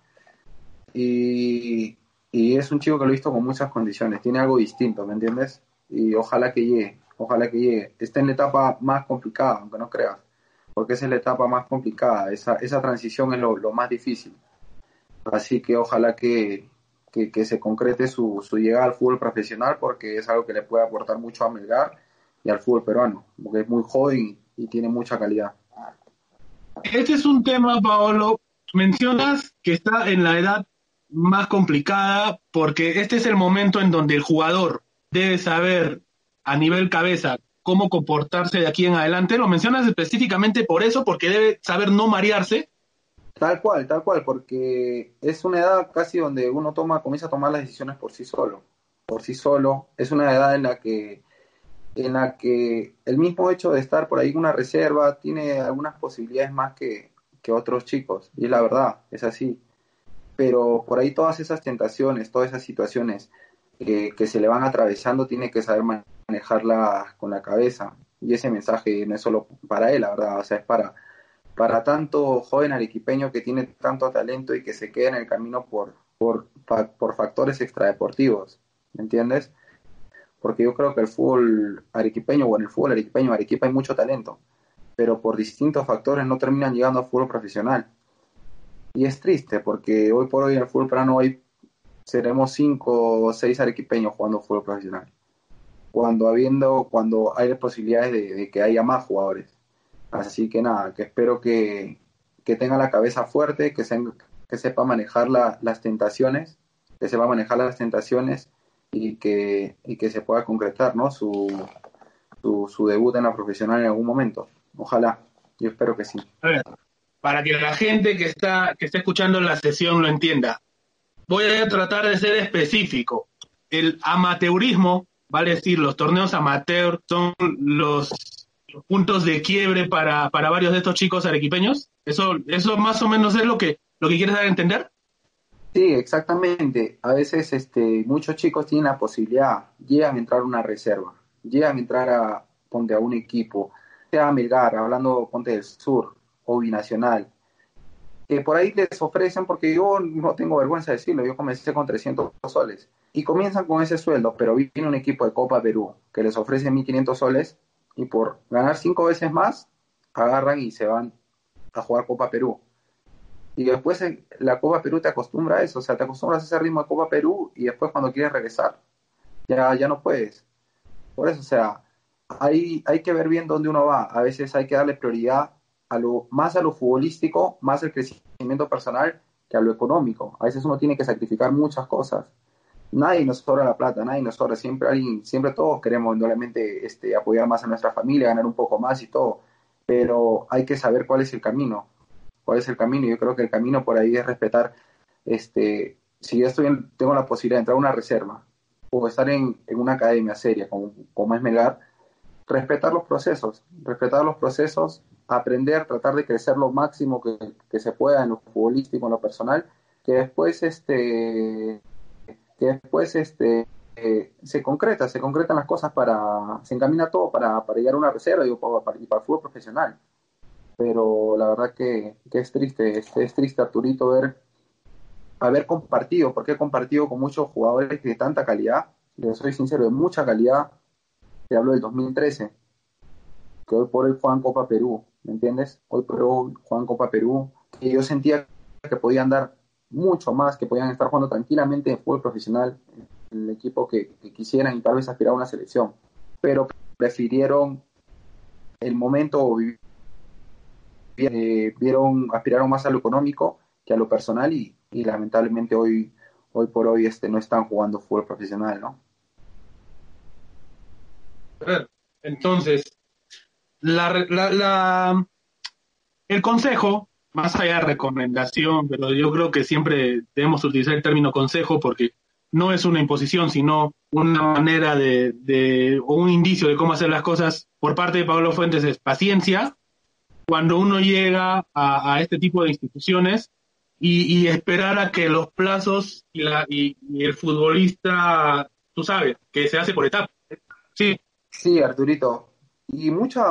y es un chico que lo he visto con muchas condiciones, tiene algo distinto, ¿me entiendes? Y ojalá que llegue. Está en la etapa más complicada, aunque no creas, porque esa es la etapa más complicada, esa transición es lo más difícil. Así que ojalá que se concrete su llegada al fútbol profesional, porque es algo que le puede aportar mucho a Melgar y al fútbol peruano, porque es muy joven y tiene mucha calidad. Este es un tema, Paolo. Mencionas que está en la edad más complicada porque este es el momento en donde el jugador debe saber a nivel cabeza cómo comportarse de aquí en adelante. Lo mencionas específicamente por eso, porque debe saber no marearse. Tal cual, porque es una edad casi donde uno comienza a tomar las decisiones por sí solo. Por sí solo. Es una edad en la que el mismo hecho de estar por ahí en una reserva tiene algunas posibilidades más que otros chicos. Y es la verdad, es así. Pero por ahí todas esas tentaciones, todas esas situaciones que se le van atravesando, tiene que saber manejarlas con la cabeza. Y ese mensaje no es solo para él, la verdad, o sea, es para tanto joven arequipeño que tiene tanto talento y que se queda en el camino por factores extradeportivos, ¿me entiendes? Porque yo creo que el fútbol arequipeño, o en el fútbol arequipeño, Arequipa hay mucho talento, pero por distintos factores no terminan llegando al fútbol profesional. Y es triste, porque hoy por hoy en el fútbol peruano seremos 5 o 6 arequipeños jugando fútbol profesional, cuando hay posibilidades de que haya más jugadores. Así que nada, que espero que tenga la cabeza fuerte, que sepa manejar las tentaciones, que sepa manejar las tentaciones y que se pueda concretar, ¿no? su debut en la profesional en algún momento. Ojalá, yo espero que sí. A ver, para que la gente que está escuchando la sesión lo entienda, voy a tratar de ser específico. El amateurismo, vale decir, los torneos amateur son los puntos de quiebre para varios de estos chicos arequipeños. Eso más o menos es lo que quieres dar a entender. Sí, exactamente. A veces muchos chicos tienen la posibilidad, llegan a entrar a una reserva, llegan a entrar ponte a un equipo, sea Melgar, hablando ponte del sur, o Binacional, que por ahí les ofrecen, porque yo no tengo vergüenza de decirlo, yo comencé con 300 soles, y comienzan con ese sueldo, pero viene un equipo de Copa Perú que les ofrece 1.500 soles, y por ganar 5 veces más, agarran y se van a jugar Copa Perú. Y después la Copa Perú te acostumbra a eso, o sea, te acostumbras a ese ritmo de Copa Perú y después cuando quieres regresar, ya no puedes. Por eso, o sea, hay que ver bien dónde uno va. A veces hay que darle prioridad más a lo futbolístico, más al crecimiento personal que a lo económico. A veces uno tiene que sacrificar muchas cosas. Nadie nos sobra la plata, nadie nos sobra. Siempre todos queremos indudablemente apoyar más a nuestra familia, ganar un poco más y todo. Pero hay que saber cuál es el camino. ¿Cuál es el camino? Yo creo que el camino por ahí es respetar, si yo tengo la posibilidad de entrar a una reserva o estar en una academia seria como es Melgar, respetar los procesos, aprender, tratar de crecer lo máximo que se pueda en lo futbolístico, en lo personal, que después se concretan las cosas se encamina todo para llegar a una reserva y para el fútbol profesional. Pero la verdad que es triste, Arturito, haber compartido, porque he compartido con muchos jugadores de tanta calidad, les soy sincero, de mucha calidad. Te hablo del 2013, que hoy por hoy juegan Copa Perú, ¿me entiendes? Hoy por hoy juegan Copa Perú, que yo sentía que podían dar mucho más, que podían estar jugando tranquilamente en fútbol profesional, en el equipo que quisieran y tal vez aspirar a una selección, pero prefirieron el momento, aspiraron más a lo económico que a lo personal y lamentablemente hoy por hoy no están jugando fútbol profesional, ¿no? Entonces, el consejo, más allá de recomendación, pero yo creo que siempre debemos utilizar el término consejo porque no es una imposición, sino una manera o un indicio de cómo hacer las cosas por parte de Pablo Fuentes es paciencia cuando uno llega a este tipo de instituciones y esperar a que los plazos y el futbolista, tú sabes, que se hace por etapas. Sí. Sí, Arturito. Y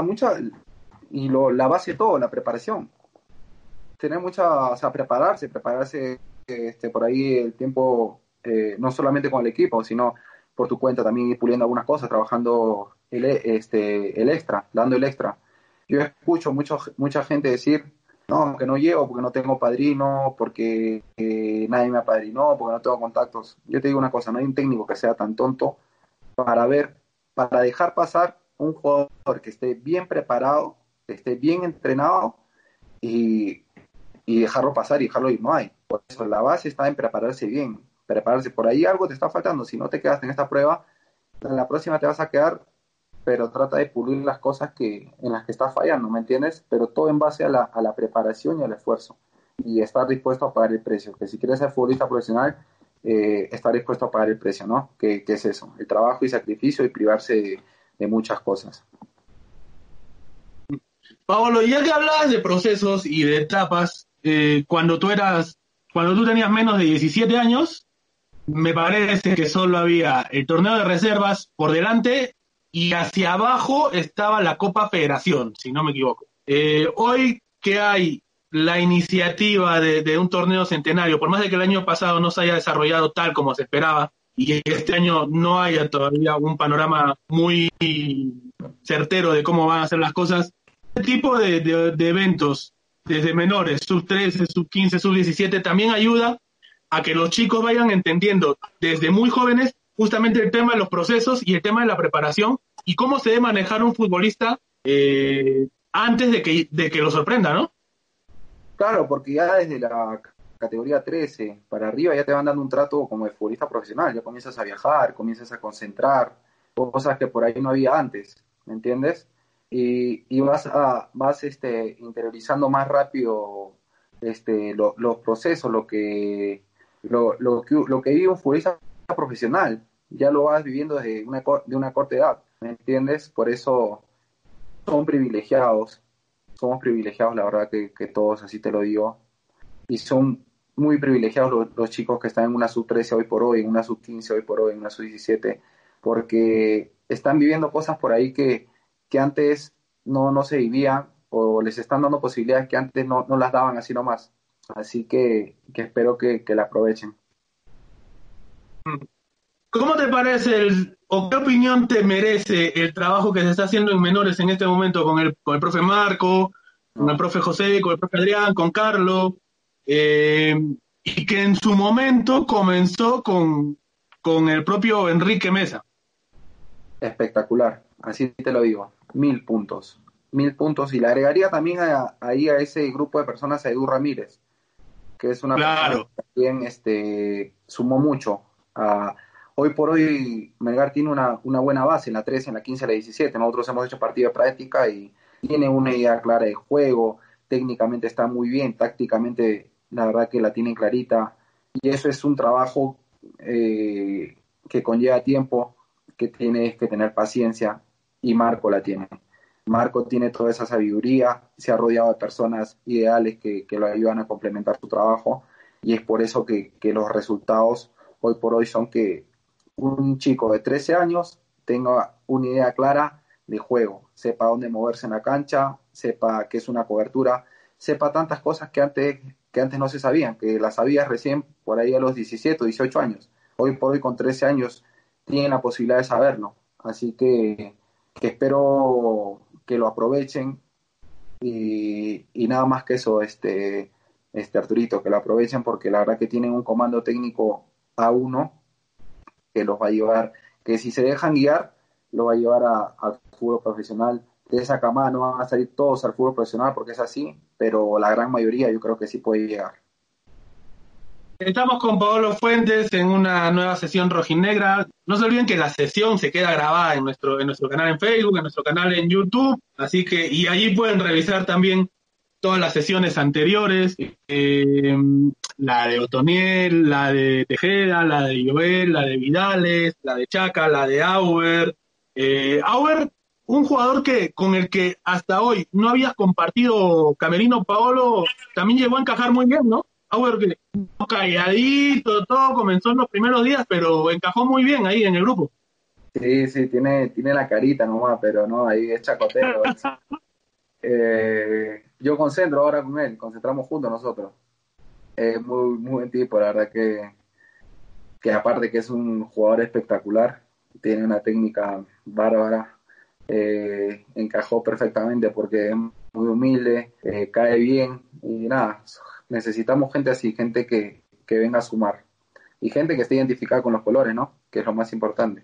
la base de todo, la preparación. Prepararse por ahí el tiempo, no solamente con el equipo, sino por tu cuenta también ir puliendo algunas cosas, trabajando el extra, dando el extra. Yo escucho mucha gente decir, no, que no llego porque no tengo padrino, porque nadie me apadrinó, porque no tengo contactos. Yo te digo una cosa, no hay un técnico que sea tan tonto para dejar pasar un jugador que esté bien preparado, que esté bien entrenado y dejarlo pasar y dejarlo ir. No hay. Por eso la base está en prepararse bien. Prepararse. Por ahí algo te está faltando. Si no te quedas en esta prueba, en la próxima te vas a quedar, pero trata de pulir las cosas en las que estás fallando, ¿me entiendes? Pero todo en base a la preparación y al esfuerzo. Y estar dispuesto a pagar el precio. Que si quieres ser futbolista profesional, estar dispuesto a pagar el precio, ¿no? ¿Qué es eso? El trabajo y sacrificio y privarse de muchas cosas. Pablo, ya que hablabas de procesos y de etapas, cuando tú tenías menos de 17 años, me parece que solo había el torneo de reservas por delante y hacia abajo estaba la Copa Federación, si no me equivoco. Hoy que hay la iniciativa de un torneo centenario, por más de que el año pasado no se haya desarrollado tal como se esperaba y este año no haya todavía un panorama muy certero de cómo van a ser las cosas, este tipo de eventos desde menores, sub-13, sub-15, sub-17, también ayuda a que los chicos vayan entendiendo desde muy jóvenes justamente el tema de los procesos y el tema de la preparación y cómo se debe manejar un futbolista antes de que lo sorprenda, ¿no? Claro, porque ya desde la categoría 13 para arriba ya te van dando un trato como de futbolista profesional, ya comienzas a viajar, comienzas a concentrar, cosas que por ahí no había antes, ¿me entiendes? Y vas interiorizando más rápido los procesos, lo que vive un futbolista profesional, ya lo vas viviendo desde una corta edad, ¿me entiendes? Por eso somos privilegiados, la verdad que todos, así te lo digo, y son muy privilegiados los chicos que están en una sub-13 hoy por hoy, en una sub-15 hoy por hoy, en una sub-17, porque están viviendo cosas por ahí que antes no se vivían o les están dando posibilidades que antes no las daban así nomás. Así que espero que la aprovechen. ¿Cómo te parece o qué opinión te merece el trabajo que se está haciendo en menores en este momento con el profe Marco, con el profe José, con el profe Adrián, con Carlos, y que en su momento comenzó con el propio Enrique Mesa? Espectacular. así te lo digo, 1000 puntos. 1000 puntos, y le agregaría también ahí a ese grupo de personas a Edu Ramírez, que es una persona que también sumó mucho. Hoy por hoy Melgar tiene una buena base en la 13, en la 15, en la 17. Nosotros hemos hecho partido de práctica y tiene una idea clara de juego, técnicamente está muy bien, tácticamente la verdad que la tienen clarita, y eso es un trabajo que conlleva tiempo, que tienes que tener paciencia, y Marco la tiene. Marco tiene toda esa sabiduría, se ha rodeado de personas ideales que lo ayudan a complementar su trabajo, y es por eso que los resultados hoy por hoy son que un chico de 13 años tenga una idea clara de juego, sepa dónde moverse en la cancha, sepa qué es una cobertura, sepa tantas cosas que antes no se sabían, que las sabías recién por ahí a los 17 o 18 años. Hoy por hoy con 13 años tienen la posibilidad de saberlo, así que espero que lo aprovechen, y nada más que eso, Arturito, que lo aprovechen, porque la verdad que tienen un comando técnico A1 que los va a llevar, que si se dejan guiar, lo va a llevar al fútbol profesional. De esa cama no van a salir todos al fútbol profesional porque es así, pero la gran mayoría yo creo que sí puede llegar. Estamos con Paolo Fuentes en una nueva sesión rojinegra. No se olviden que la sesión se queda grabada en nuestro canal en Facebook, en nuestro canal en YouTube, así que, y allí pueden revisar también todas las sesiones anteriores, la de Otoniel, la de Tejeda, la de Joel, la de Vidales, la de Chaca, la de Auer. Auer, un jugador con el que hasta hoy no habías compartido camerino, Paolo, también llegó a encajar muy bien, ¿no? Auer, que calladito, todo comenzó en los primeros días, pero encajó muy bien ahí en el grupo. Sí, tiene la carita nomás, pero no, ahí es chacotero. Yo concentro ahora con él, concentramos juntos nosotros. Es muy, muy buen tipo, la verdad que aparte que es un jugador espectacular, tiene una técnica bárbara, encajó perfectamente porque es muy humilde, cae bien, y nada, necesitamos gente así, gente que venga a sumar, y gente que esté identificada con los colores, ¿no? Que es lo más importante.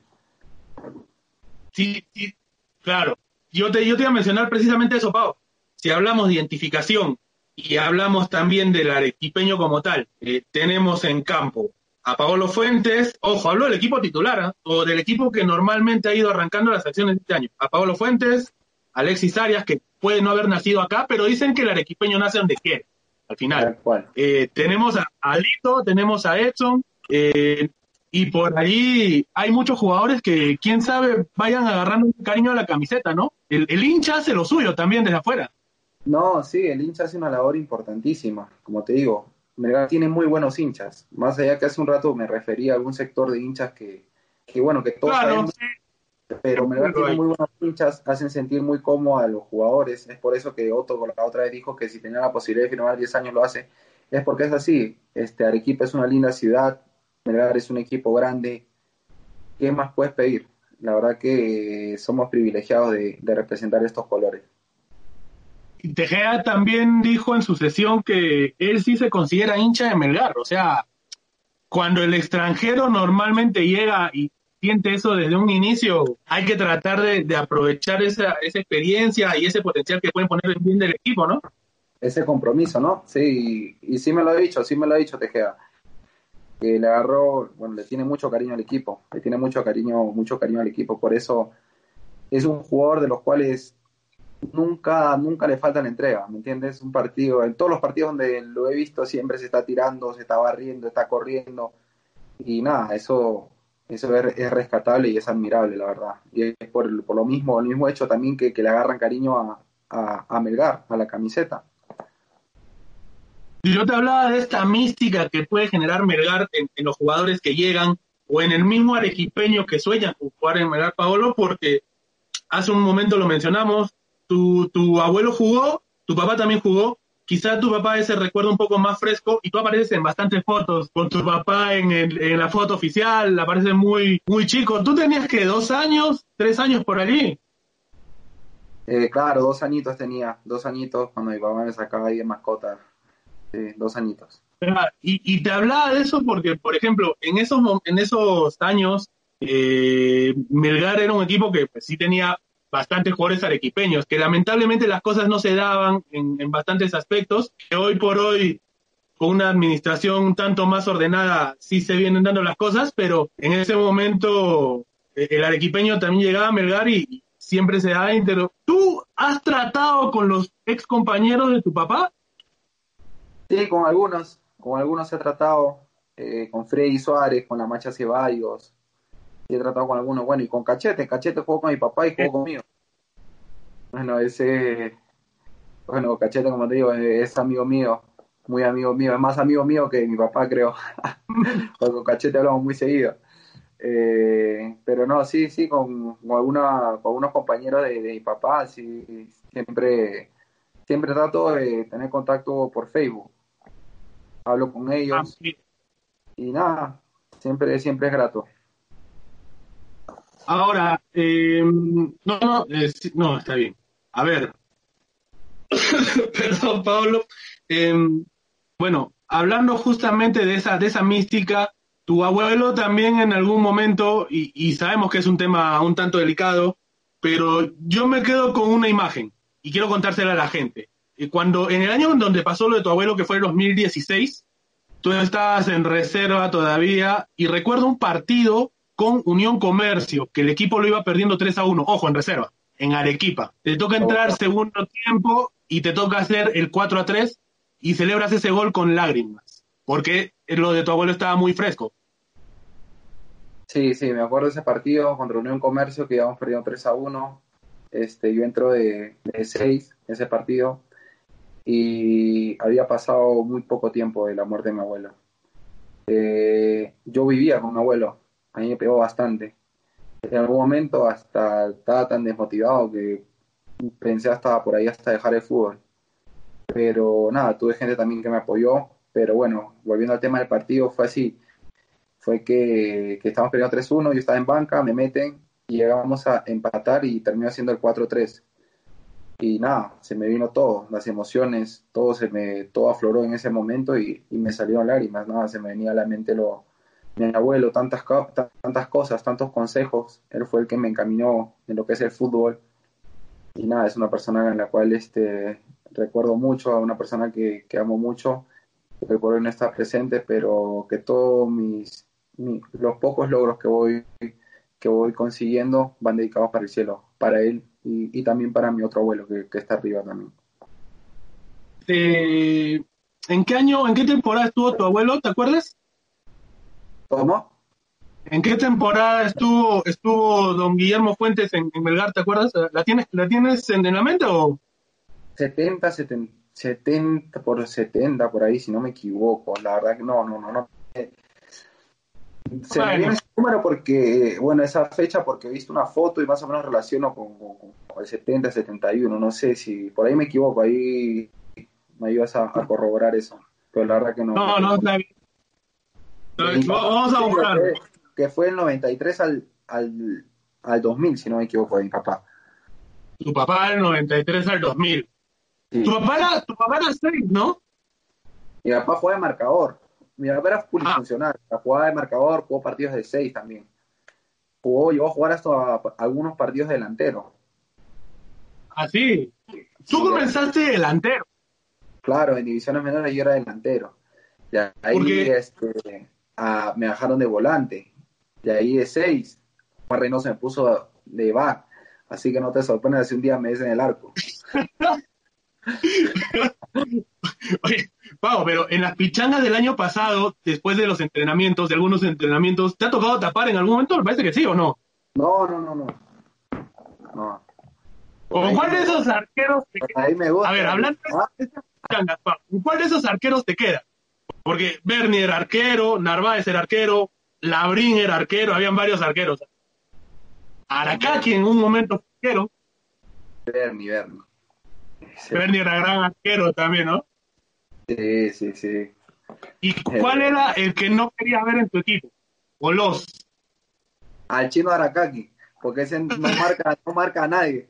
Sí, claro. Yo te iba a mencionar precisamente eso, Pau. Si hablamos de identificación y hablamos también del arequipeño como tal, tenemos en campo a Paolo Fuentes, ojo, hablo del equipo titular, o del equipo que normalmente ha ido arrancando las acciones este año. A Paolo Fuentes, Alexis Arias, que puede no haber nacido acá, pero dicen que el arequipeño nace donde quiere, al final. Tenemos a Alito, tenemos a Edson, y por ahí hay muchos jugadores que, quién sabe, vayan agarrando un cariño a la camiseta, ¿no? El hincha hace lo suyo también desde afuera. No, sí, el hincha hace una labor importantísima, como te digo. Melgar tiene muy buenos hinchas, más allá que hace un rato me refería a algún sector de hinchas que bueno, que todos sabemos, sí. Pero Melgar tiene muy buenos hinchas, hacen sentir muy cómodos a los jugadores. Es por eso que Otto la otra vez dijo que si tenía la posibilidad de firmar 10 años lo hace, es porque es así. Arequipa es una linda ciudad, Melgar es un equipo grande. ¿Qué más puedes pedir? La verdad que somos privilegiados de representar estos colores. Tejeda también dijo en su sesión que él sí se considera hincha de Melgar, o sea, cuando el extranjero normalmente llega y siente eso desde un inicio, hay que tratar de aprovechar esa experiencia y ese potencial que pueden poner en bien del equipo, ¿no? Ese compromiso, ¿no? Sí, y sí me lo ha dicho Tejeda, que le agarró, bueno, le tiene mucho cariño al equipo, mucho cariño al equipo, por eso es un jugador de los cuales nunca le falta la entrega, ¿me entiendes? Un partido, en todos los partidos donde lo he visto siempre se está tirando, se está barriendo, está corriendo, y nada, eso es rescatable y es admirable, la verdad. Y es por lo mismo, el mismo hecho también que le agarran cariño a Melgar, a la camiseta. Yo te hablaba de esta mística que puede generar Melgar en los jugadores que llegan, o en el mismo arequipeño que sueña con jugar en Melgar, Paolo, porque hace un momento lo mencionamos, tu abuelo jugó, tu papá también jugó, quizá tu papá ese recuerdo un poco más fresco, y tú apareces en bastantes fotos con tu papá en la foto oficial, apareces muy, muy chico. ¿Tú tenías que 2 años, 3 años por allí? Claro, 2 añitos tenía, 2 añitos cuando mi papá me sacaba ahí de mascota, 2 añitos. Y te hablaba de eso porque, por ejemplo, en esos años, Melgar era un equipo que pues, sí tenía bastantes jugadores arequipeños, que lamentablemente las cosas no se daban en bastantes aspectos, que hoy por hoy, con una administración un tanto más ordenada, sí se vienen dando las cosas, pero en ese momento el arequipeño también llegaba a Melgar y siempre se daba íntero. ¿Tú has tratado con los ex compañeros de tu papá? Sí, con algunos he tratado, con Freddy Suárez, con la Macha Ceballos, sí he tratado con algunos, bueno, y con Cachete jugó con mi papá y jugó conmigo. Bueno, Cachete, como te digo, es amigo mío, muy amigo mío, es más amigo mío que mi papá, creo, porque con Cachete hablamos muy seguido. Pero no, sí, con algunos compañeros de mi papá, sí, siempre trato de tener contacto por Facebook. Hablo con ellos Sí. y nada, siempre es grato. Ahora, no, está bien. A ver, perdón, Pablo. Bueno, hablando justamente de esa mística, tu abuelo también en algún momento, y sabemos que es un tema un tanto delicado, pero yo me quedo con una imagen y quiero contársela a la gente. Cuando en el año en donde pasó lo de tu abuelo, que fue el 2016, tú estabas en reserva todavía y recuerdo un partido con Unión Comercio, que el equipo lo iba perdiendo 3-1, ojo, en reserva, en Arequipa. Te toca entrar segundo tiempo y te toca hacer el 4-3 y celebras ese gol con lágrimas, porque lo de tu abuelo estaba muy fresco. Sí, me acuerdo de ese partido contra Unión Comercio que íbamos perdiendo 3-1. Yo entro de 6 ese partido y había pasado muy poco tiempo de la muerte de mi abuelo. Yo vivía con mi abuelo, a mí me pegó bastante. En algún momento hasta estaba tan desmotivado que pensé hasta por ahí hasta dejar el fútbol. Pero nada, tuve gente también que me apoyó. Pero bueno, volviendo al tema del partido, fue así. Fue que estábamos perdiendo 3-1, yo estaba en banca, me meten y llegamos a empatar y terminó siendo el 4-3. Y nada, se me vino todo, las emociones, todo afloró en ese momento y me salieron lágrimas, nada, se me venía a la mente mi abuelo, tantas cosas, tantos consejos, él fue el que me encaminó en lo que es el fútbol. Y nada, es una persona en la cual recuerdo mucho, a una persona que amo mucho, que por hoy no está presente, pero que todos los pocos logros que voy consiguiendo van dedicados para el cielo, para él y también para mi otro abuelo que está arriba también. ¿En qué temporada estuvo tu abuelo, te acuerdas? ¿Cómo? ¿En qué temporada estuvo don Guillermo Fuentes en Melgar, te acuerdas? ¿La tienes en la mente o...? 70 por 70 por ahí, si no me equivoco. La verdad que no. Se me viene ese número porque, bueno, esa fecha porque he visto una foto y más o menos relaciono con el 70, 71. No sé si por ahí me equivoco, ahí me ayudas a corroborar eso. Pero la verdad que no. No, está bien. Vamos a buscar. Que fue el 93 al 2000, si no me equivoco, de mi papá. Tu papá del 93 al 2000. Sí. Tu papá era 6, ¿no? Mi papá jugaba de marcador. Mi papá era polifuncional. Jugaba de marcador, jugó partidos de 6 también. Llegó a jugar hasta algunos partidos delanteros. ¿Ah, sí? Tú comenzaste delantero. Claro, en divisiones menores yo era delantero. Y ahí me bajaron de volante. Y ahí de 6. Juan Reynoso me puso de back. Así que no te sorprendas si un día me des en el arco. Oye, Pau, pero en las pichangas del año pasado, después de los entrenamientos, de algunos entrenamientos, ¿te ha tocado tapar en algún momento? Me parece que sí, ¿o no? No. ¿O cuál de esos arqueros te queda? Ahí me gusta. A ver, hablando de esas pichangas, Pau, ¿cuál de esos arqueros te queda? Porque Bernie era arquero, Narváez era arquero, Labrín era arquero, habían varios arqueros. Aracaki en un momento fue arquero. Bernie. Sí. Bernie era gran arquero también, ¿no? Sí. ¿Y cuál era el que no querías ver en tu equipo? ¿O los? Al chino Aracaki, porque ese no marca a nadie.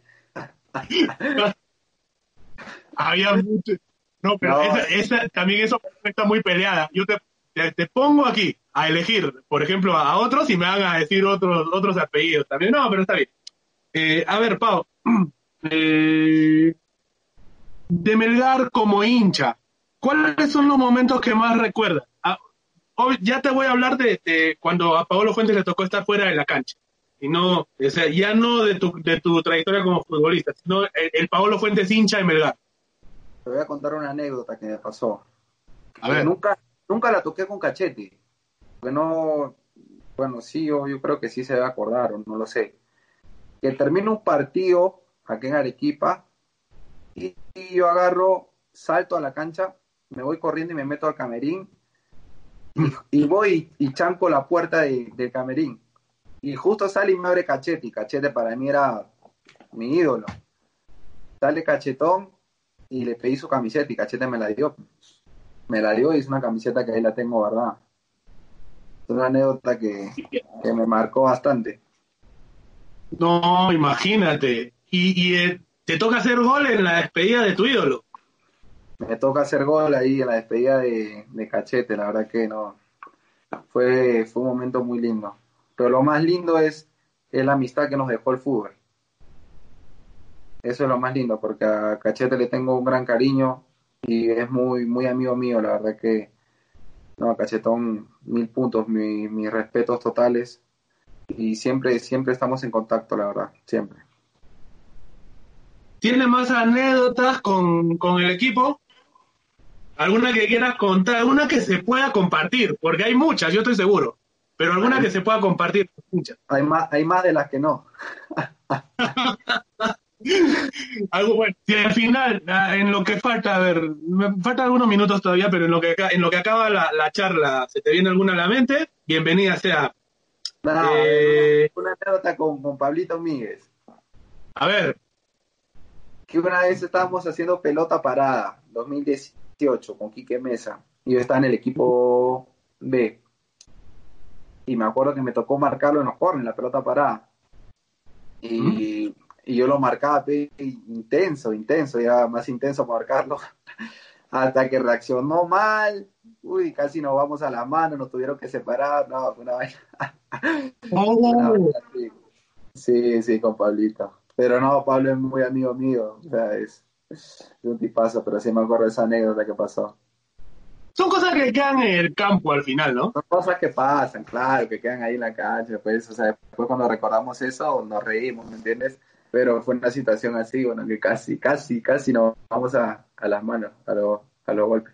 Había mucho. No, pero esa también eso está muy peleada. Yo te pongo aquí a elegir, por ejemplo, a otros y me van a decir otros apellidos también. No, pero está bien. A ver, Pau, de Melgar como hincha, ¿cuáles son los momentos que más recuerdas? Hoy ya te voy a hablar de cuando a Paolo Fuentes le tocó estar fuera de la cancha. Y no, o sea, ya no de tu trayectoria como futbolista, sino el Paolo Fuentes hincha de Melgar. Te voy a contar una anécdota que me pasó. A ver. Nunca la toqué con Cachete. Porque no, bueno, sí, yo creo que sí se debe acordar, o no lo sé. Que termina un partido aquí en Arequipa y yo agarro, salto a la cancha, me voy corriendo y me meto al camerín y voy y chanco la puerta del camerín. Y justo sale y me abre Cachete, y Cachete para mí era mi ídolo. Sale Cachetón y le pedí su camiseta y Cachete me la dio. Me la dio y es una camiseta que ahí la tengo, ¿verdad? Es una anécdota que me marcó bastante. No, imagínate. Y te toca hacer gol en la despedida de tu ídolo. Me toca hacer gol ahí en la despedida de Cachete, la verdad que no. Fue un momento muy lindo. Pero lo más lindo es la amistad que nos dejó el fútbol. Eso es lo más lindo, porque a Cachete le tengo un gran cariño y es muy, muy amigo mío, la verdad que no, Cachetón, 1000 puntos, mis respetos totales y siempre estamos en contacto, la verdad, siempre. ¿Tienes más anécdotas con el equipo? ¿Alguna que quieras contar? ¿Alguna que se pueda compartir? Porque hay muchas, yo estoy seguro. Pero alguna que se pueda compartir. Muchas. Hay más de las que no. Algo bueno. Si al final, en lo que falta, a ver, me faltan algunos minutos todavía, pero en lo que acaba la charla, ¿se te viene alguna a la mente? Bienvenida sea. No, una anécdota con Pablito Míguez. A ver. Que una vez estábamos haciendo pelota parada, 2018, con Quique Mesa, y yo estaba en el equipo B. Y me acuerdo que me tocó marcarlo en los corners, en la pelota parada. Y yo lo marcaba intenso, ya más intenso para marcarlo. Hasta que reaccionó mal. Uy, casi nos vamos a la mano, nos tuvieron que separar. No, fue una vaina. Sí, con Pablito. Pero no, Pablo es muy amigo mío. O sea, es un tipazo, pero sí me acuerdo de esa anécdota que pasó. Son cosas que quedan en el campo al final, ¿no? Son cosas que pasan, claro, que quedan ahí en la cancha. Pues, o sea, después cuando recordamos eso, nos reímos, ¿me entiendes? Pero fue una situación así, bueno, que casi nos vamos a las manos, a los golpes.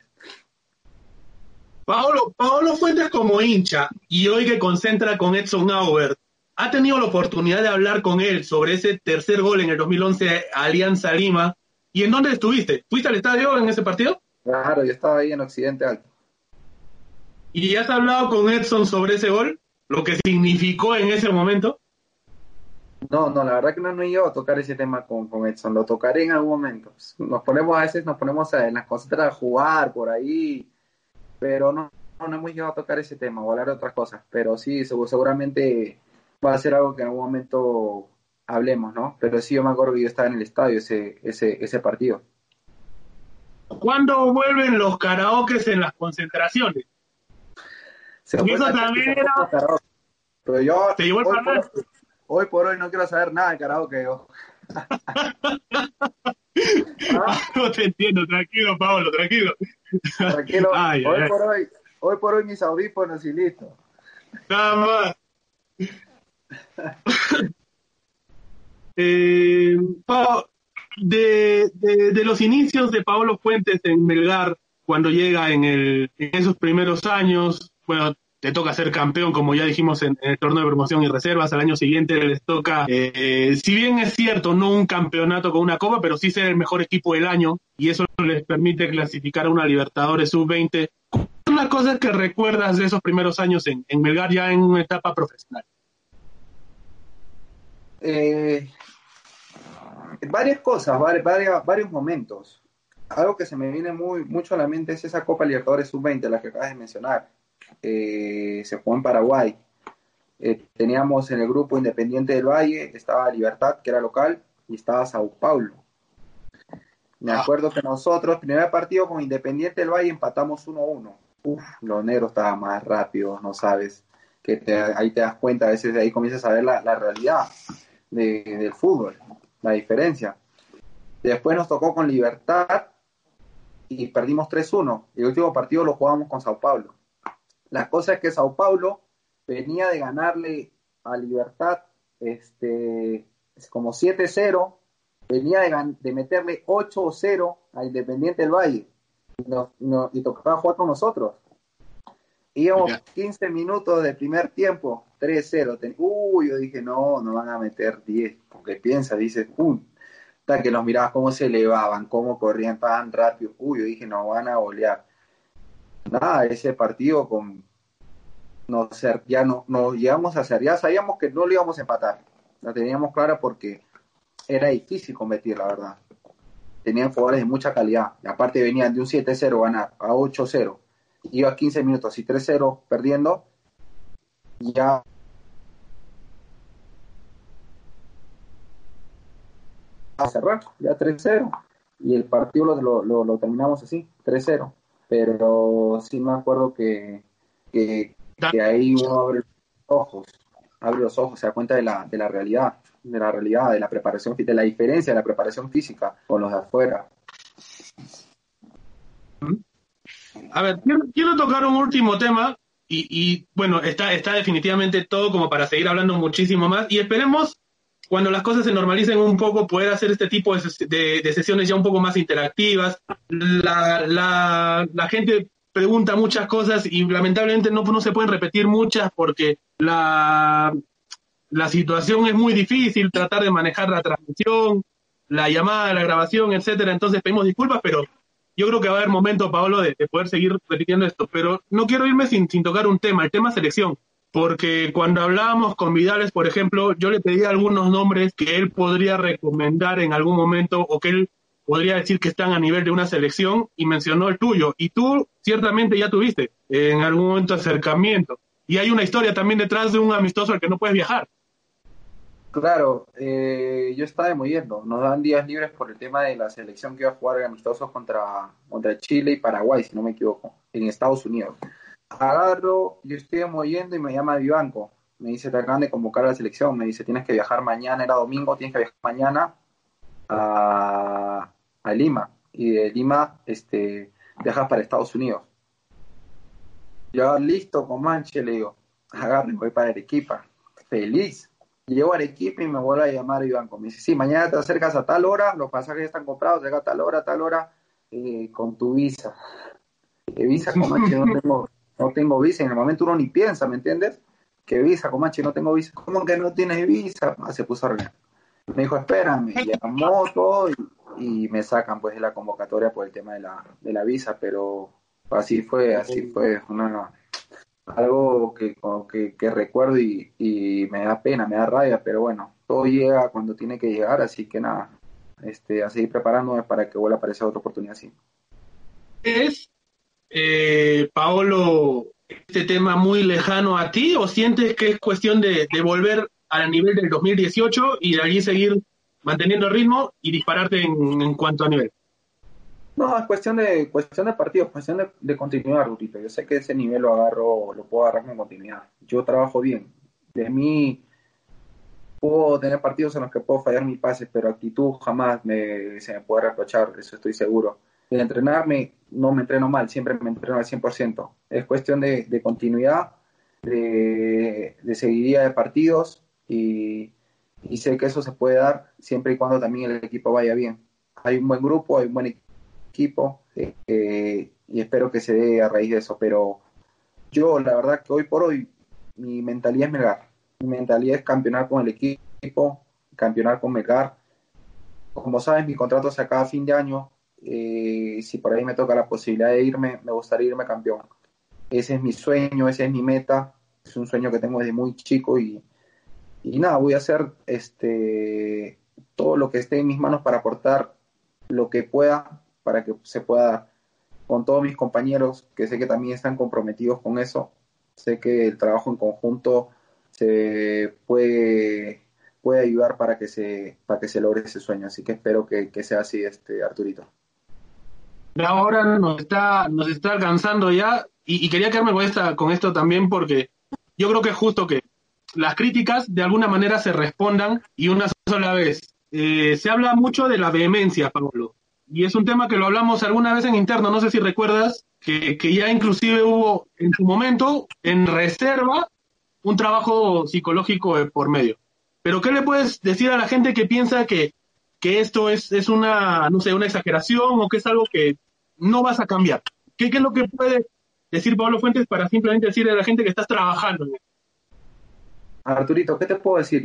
Paolo Fuentes como hincha, y hoy que concentra con Edson Aubert, ¿ha tenido la oportunidad de hablar con él sobre ese tercer gol en el 2011 a Alianza Lima? ¿Y en dónde estuviste? ¿Fuiste al estadio en ese partido? Claro, yo estaba ahí en Occidente Alto. ¿Y has hablado con Edson sobre ese gol? ¿Lo que significó en ese momento? No, la verdad que no he ido a tocar ese tema con Edson, lo tocaré en algún momento. A veces nos ponemos en las cosas a jugar por ahí, pero no hemos llegado a tocar ese tema o hablar de otras cosas, pero sí, seguramente va a ser algo que en algún momento hablemos, ¿no? Pero sí, yo me acuerdo que yo estaba en el estadio ese partido. ¿Cuándo vuelven los karaokes en las concentraciones? Eso también era... Pero yo ¿te llevó el parlante? Hoy por hoy no quiero saber nada de karaoke. No te entiendo, tranquilo, Pablo, tranquilo. Tranquilo, hoy por hoy mis audífonos y listo. Nada más. Pau, de los inicios de Paolo Fuentes en Melgar, cuando llega en esos primeros años, bueno, te toca ser campeón, como ya dijimos, en el torneo de promoción y reservas. Al año siguiente les toca, si bien es cierto, no un campeonato con una copa, pero sí ser el mejor equipo del año, y eso les permite clasificar a una Libertadores Sub-20. ¿Cuáles son las cosas que recuerdas de esos primeros años en Melgar ya en una etapa profesional? Varias cosas, varios momentos. Algo que se me viene mucho a la mente es esa Copa Libertadores Sub-20, la que acabas de mencionar. Se jugó en Paraguay. Teníamos en el grupo Independiente del Valle, estaba Libertad, que era local, y estaba Sao Paulo. Me acuerdo que nosotros, primer partido con Independiente del Valle, empatamos 1-1. Los negros estaban más rápidos, no sabes. Ahí te das cuenta, a veces de ahí comienzas a ver la realidad. del fútbol, la diferencia. Después nos tocó con Libertad y perdimos 3-1. El último partido lo jugamos con Sao Paulo. La cosa es que Sao Paulo venía de ganarle a Libertad como 7-0, venía de meterle 8-0 a Independiente del Valle y tocaba jugar con nosotros. Íbamos 15 minutos del primer tiempo, 3-0. Yo dije, no van a meter 10, porque dices, que los mirabas cómo se elevaban, cómo corrían tan rápido. Yo dije, no van a golear. Nada, ese partido ya no llegamos a hacer, ya sabíamos que no lo íbamos a empatar. La teníamos clara porque era difícil competir, la verdad. Tenían jugadores de mucha calidad. Y aparte venían de un 7-0 ganar a 8-0. Iba 15 minutos y 3-0 perdiendo. Ya a cerrar, ya 3-0. Y el partido lo terminamos así, 3-0. Pero sí me acuerdo que ahí uno abre los ojos, se da cuenta de la realidad, de la preparación, de la diferencia de la preparación física con los de afuera. A ver, quiero tocar un último tema y bueno, está definitivamente todo como para seguir hablando muchísimo más y esperemos cuando las cosas se normalicen un poco poder hacer este tipo de sesiones ya un poco más interactivas. La gente pregunta muchas cosas y lamentablemente no se pueden repetir muchas porque la situación es muy difícil, tratar de manejar la transmisión, la llamada, la grabación, etcétera. Entonces pedimos disculpas, pero yo creo que va a haber momento, Paolo, de poder seguir repitiendo esto. Pero no quiero irme sin tocar un tema, el tema selección. Porque cuando hablábamos con Vidales, por ejemplo, yo le pedí algunos nombres que él podría recomendar en algún momento o que él podría decir que están a nivel de una selección y mencionó el tuyo. Y tú ciertamente ya tuviste en algún momento acercamiento. Y hay una historia también detrás de un amistoso al que no puedes viajar. Claro, yo estaba moviendo. Nos dan días libres por el tema de la selección que iba a jugar amistosos contra Chile y Paraguay, si no me equivoco, en Estados Unidos. Agarro, yo estoy moviendo y me llama Vivanco. Me dice, te acaban de convocar a la selección. Me dice, tienes que viajar mañana, era domingo, tienes que viajar mañana a Lima. Y de Lima viajas para Estados Unidos. Yo, listo, Comanche, le digo, agarro y voy para Arequipa. Feliz. Llego a Arequipa y me vuelve a llamar Vivanco. Me dice, sí, mañana te acercas a tal hora, los pasajes ya están comprados, llega a tal hora, con tu visa. ¿Qué visa, Comanche? No tengo visa, en el momento uno ni piensa, ¿me entiendes? ¿Qué visa, Comanche? No tengo visa. ¿Cómo que no tienes visa? Se puso a reír. Me dijo, espérame, llamó todo y me sacan pues de la convocatoria por el tema de la visa, pero así fue algo que recuerdo y me da pena, me da rabia, pero bueno, todo llega cuando tiene que llegar, así que nada, a seguir preparándome para que vuelva a aparecer otra oportunidad así. Paolo, este tema muy lejano a ti o sientes que es cuestión de volver al nivel del 2018 y de allí seguir manteniendo el ritmo y dispararte en cuanto a nivel? No, es cuestión de partidos, cuestión de continuidad, Rutito. Yo sé que ese nivel lo puedo agarrar con continuidad. Yo trabajo bien. De mí puedo tener partidos en los que puedo fallar mis pases, pero actitud jamás se me puede reprochar, eso estoy seguro. De entrenarme, no me entreno mal, siempre me entreno al 100%. Es cuestión de continuidad, de seguidilla de partidos y sé que eso se puede dar siempre y cuando también el equipo vaya bien. Hay un buen grupo, hay un buen equipo y espero que se dé a raíz de eso, pero yo la verdad que hoy por hoy mi mentalidad es Melgar, mi mentalidad es campeonar con el equipo, campeonar con Melgar. Como sabes, mi contrato se acaba a fin de año, si por ahí me toca la posibilidad de irme, me gustaría irme campeón. Ese es mi sueño, esa es mi meta, es un sueño que tengo desde muy chico y nada, voy a hacer todo lo que esté en mis manos para aportar lo que pueda para que se pueda, con todos mis compañeros, que sé que también están comprometidos con eso, sé que el trabajo en conjunto se puede ayudar para que se logre ese sueño, así que espero que sea así, Arturito. La hora nos está alcanzando ya y quería quedarme con esto también porque yo creo que es justo que las críticas de alguna manera se respondan y una sola vez. Se habla mucho de la vehemencia, Pablo, y es un tema que lo hablamos alguna vez en interno, no sé si recuerdas, que ya inclusive hubo en su momento, en reserva, un trabajo psicológico por medio. Pero ¿qué le puedes decir a la gente que piensa que esto es una, no sé, una exageración o que es algo que no vas a cambiar? ¿Qué es lo que puede decir Pablo Fuentes para simplemente decirle a la gente que estás trabajando en esto? Arturito, ¿qué te puedo decir?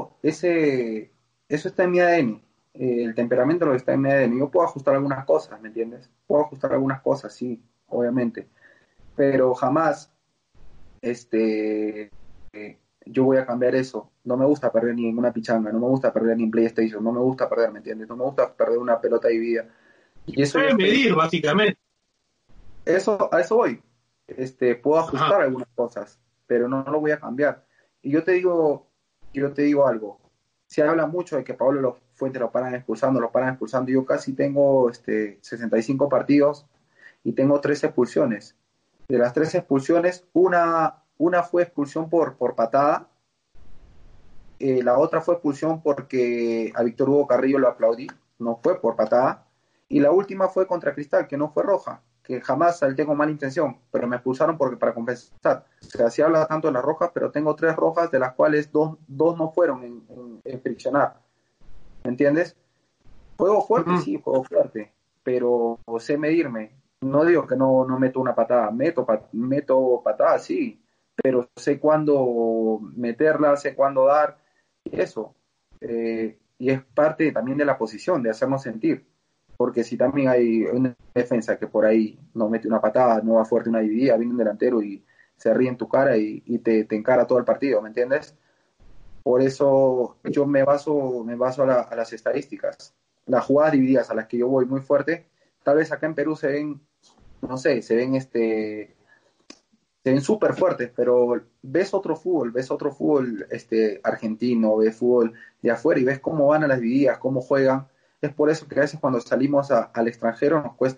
Eso está en mi ADN. El temperamento lo está en mi ADN. Yo puedo ajustar algunas cosas, ¿me entiendes? Puedo ajustar algunas cosas, sí, obviamente. Pero jamás, este, yo voy a cambiar eso. No me gusta perder ni en una pichanga, no me gusta perder ni en PlayStation, no me gusta perder, ¿me entiendes? No me gusta perder una pelota dividida. Y eso ya Puede está. medir, básicamente. A eso voy. Puedo Ajá. ajustar algunas cosas, pero no lo voy a cambiar. Y yo te digo algo. Se habla mucho de que Pablo Fuentes lo paran expulsando. Yo casi tengo 65 partidos y tengo 3 expulsiones. De las 3 expulsiones, una fue expulsión por patada, la otra fue expulsión porque a Víctor Hugo Carrillo lo aplaudí, no fue por patada, y la última fue contra Cristal, que no fue roja, que jamás salté con mala intención, pero me expulsaron para compensar. O sea, se habla tanto de las rojas, pero tengo 3 rojas, de las cuales dos no fueron en friccionar, ¿me entiendes? Juego fuerte, Ujú. sí, juego fuerte, pero sé medirme. No digo que no meto una patada, meto patadas, sí, pero sé cuándo meterla, sé cuándo dar, y eso. Y es parte también de la posición, de hacernos sentir. Porque si también hay una defensa que por ahí no mete una patada, no va fuerte una dividida, viene un delantero y se ríe en tu cara y te encara todo el partido, ¿me entiendes? Por eso yo me baso a las estadísticas. Las jugadas divididas a las que yo voy muy fuerte, tal vez acá en Perú se ven, no sé, se ven súper fuertes, pero ves otro fútbol argentino, ves fútbol de afuera y ves cómo van a las divididas, cómo juegan. Es por eso que a veces cuando salimos al extranjero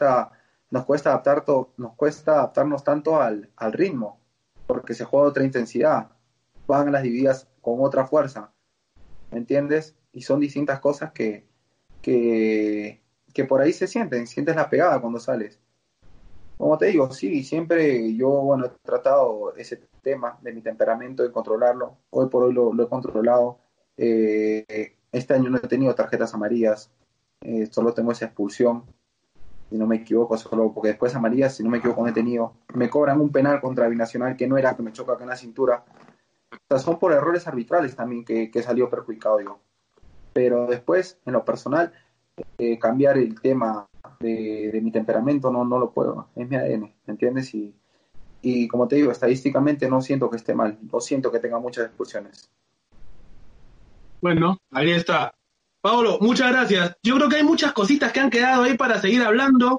nos cuesta adaptarnos tanto al ritmo, porque se juega a otra intensidad, van a las divididas con otra fuerza, ¿me entiendes? Y son distintas cosas que, que por ahí sientes la pegada cuando sales. Como te digo, sí, siempre yo, bueno, he tratado ese tema de mi temperamento, de controlarlo. Hoy por hoy lo he controlado. Este año no he tenido tarjetas amarillas, solo tengo esa expulsión, si no me equivoco, solo porque después amarillas, si no me equivoco, no he tenido. Me cobran un penal contra Binacional que no era, que me choca acá en la cintura. O sea, son por errores arbitrales también que salió perjudicado yo. Pero después, en lo personal, cambiar el tema de mi temperamento no lo puedo, es mi ADN, ¿me entiendes? Y como te digo, estadísticamente no siento que esté mal, no siento que tenga muchas expulsiones. Bueno, ahí está. Pablo, muchas gracias. Yo creo que hay muchas cositas que han quedado ahí para seguir hablando.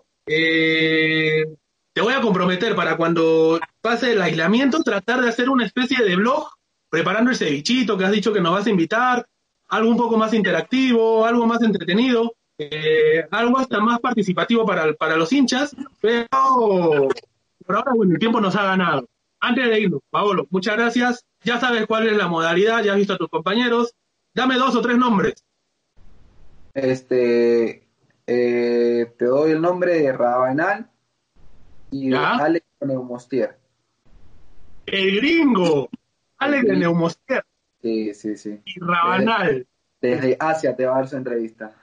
Te voy a comprometer para cuando pase el aislamiento, tratar de hacer una especie de blog, preparando el cevichito que has dicho que nos vas a invitar, algo un poco más interactivo, algo más entretenido, algo hasta más participativo para los hinchas, pero por ahora, bueno, el tiempo nos ha ganado. Antes de irnos, Paolo, muchas gracias. Ya sabes cuál es la modalidad, ya has visto a tus compañeros. Dame 2 o 3 nombres. Te doy el nombre de Rabanal y de ¿Ya? Alex Neumostier. El gringo, El Alex de gris, Neumoster sí, sí, sí. y Desde, Rabanal. desde Asia te va a dar su entrevista.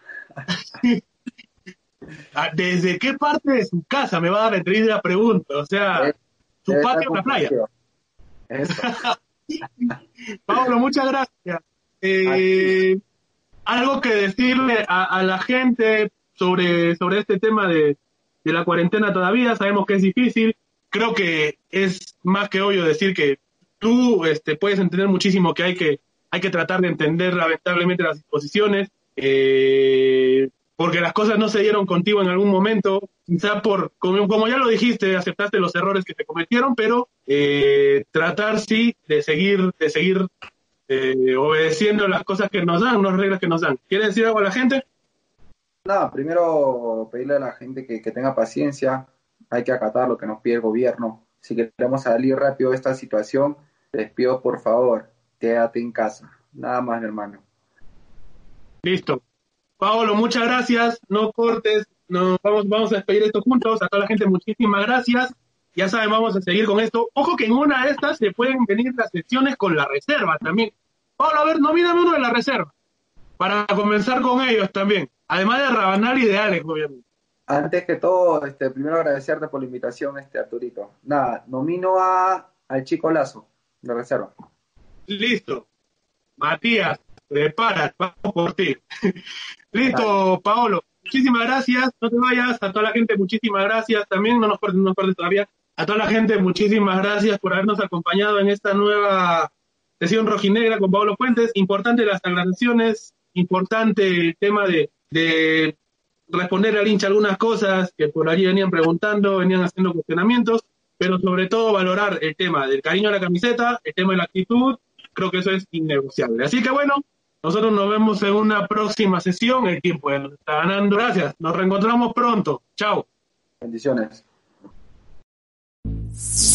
¿Desde qué parte de su casa me va a dar la entrevista? Pregunta. O sea, Debe, su debe estar patio en la playa. confundido. Eso. Pablo, muchas gracias. Eh, algo que decirle a la gente sobre este tema de la cuarentena todavía, sabemos que es difícil, creo que es más que obvio decir que tú puedes entender muchísimo que hay que tratar de entender lamentablemente las disposiciones, porque las cosas no se dieron contigo en algún momento, quizá como ya lo dijiste, aceptaste los errores que te cometieron, pero tratar sí de seguir obedeciendo las cosas que nos dan, las reglas que nos dan. ¿Quieres decir algo a la gente? Nada, primero pedirle a la gente que tenga paciencia, hay que acatar lo que nos pide el gobierno. Si queremos salir rápido de esta situación, les pido por favor, quédate en casa. Nada más, mi hermano. Listo. Paolo, muchas gracias. No cortes. Vamos a despedir esto juntos. A toda la gente, muchísimas gracias. Ya saben, vamos a seguir con esto. Ojo que en una de estas se pueden venir las sesiones con la reserva también. Paolo, a ver, nomíname uno de la reserva. Para comenzar con ellos también. Además de Rabanal y de Alex, obviamente. Antes que todo, primero agradecerte por la invitación, Arturito. Nada, nomino al Chico Lazo, de reserva. Listo. Matías, prepara, vamos por ti. Listo, Paolo. Muchísimas gracias. No te vayas. A toda la gente, muchísimas gracias. También no nos cortes todavía. A toda la gente, muchísimas gracias por habernos acompañado en esta nueva sesión rojinegra con Paolo Fuentes. Importante las aclaraciones, importante el tema de responder al hincha algunas cosas que por allí venían preguntando, venían haciendo cuestionamientos, pero sobre todo valorar el tema del cariño a la camiseta, el tema de la actitud. Creo que eso es innegociable. Así que bueno, nosotros nos vemos en una próxima sesión. El tiempo ya nos está ganando. Gracias. Nos reencontramos pronto. Chao. Bendiciones.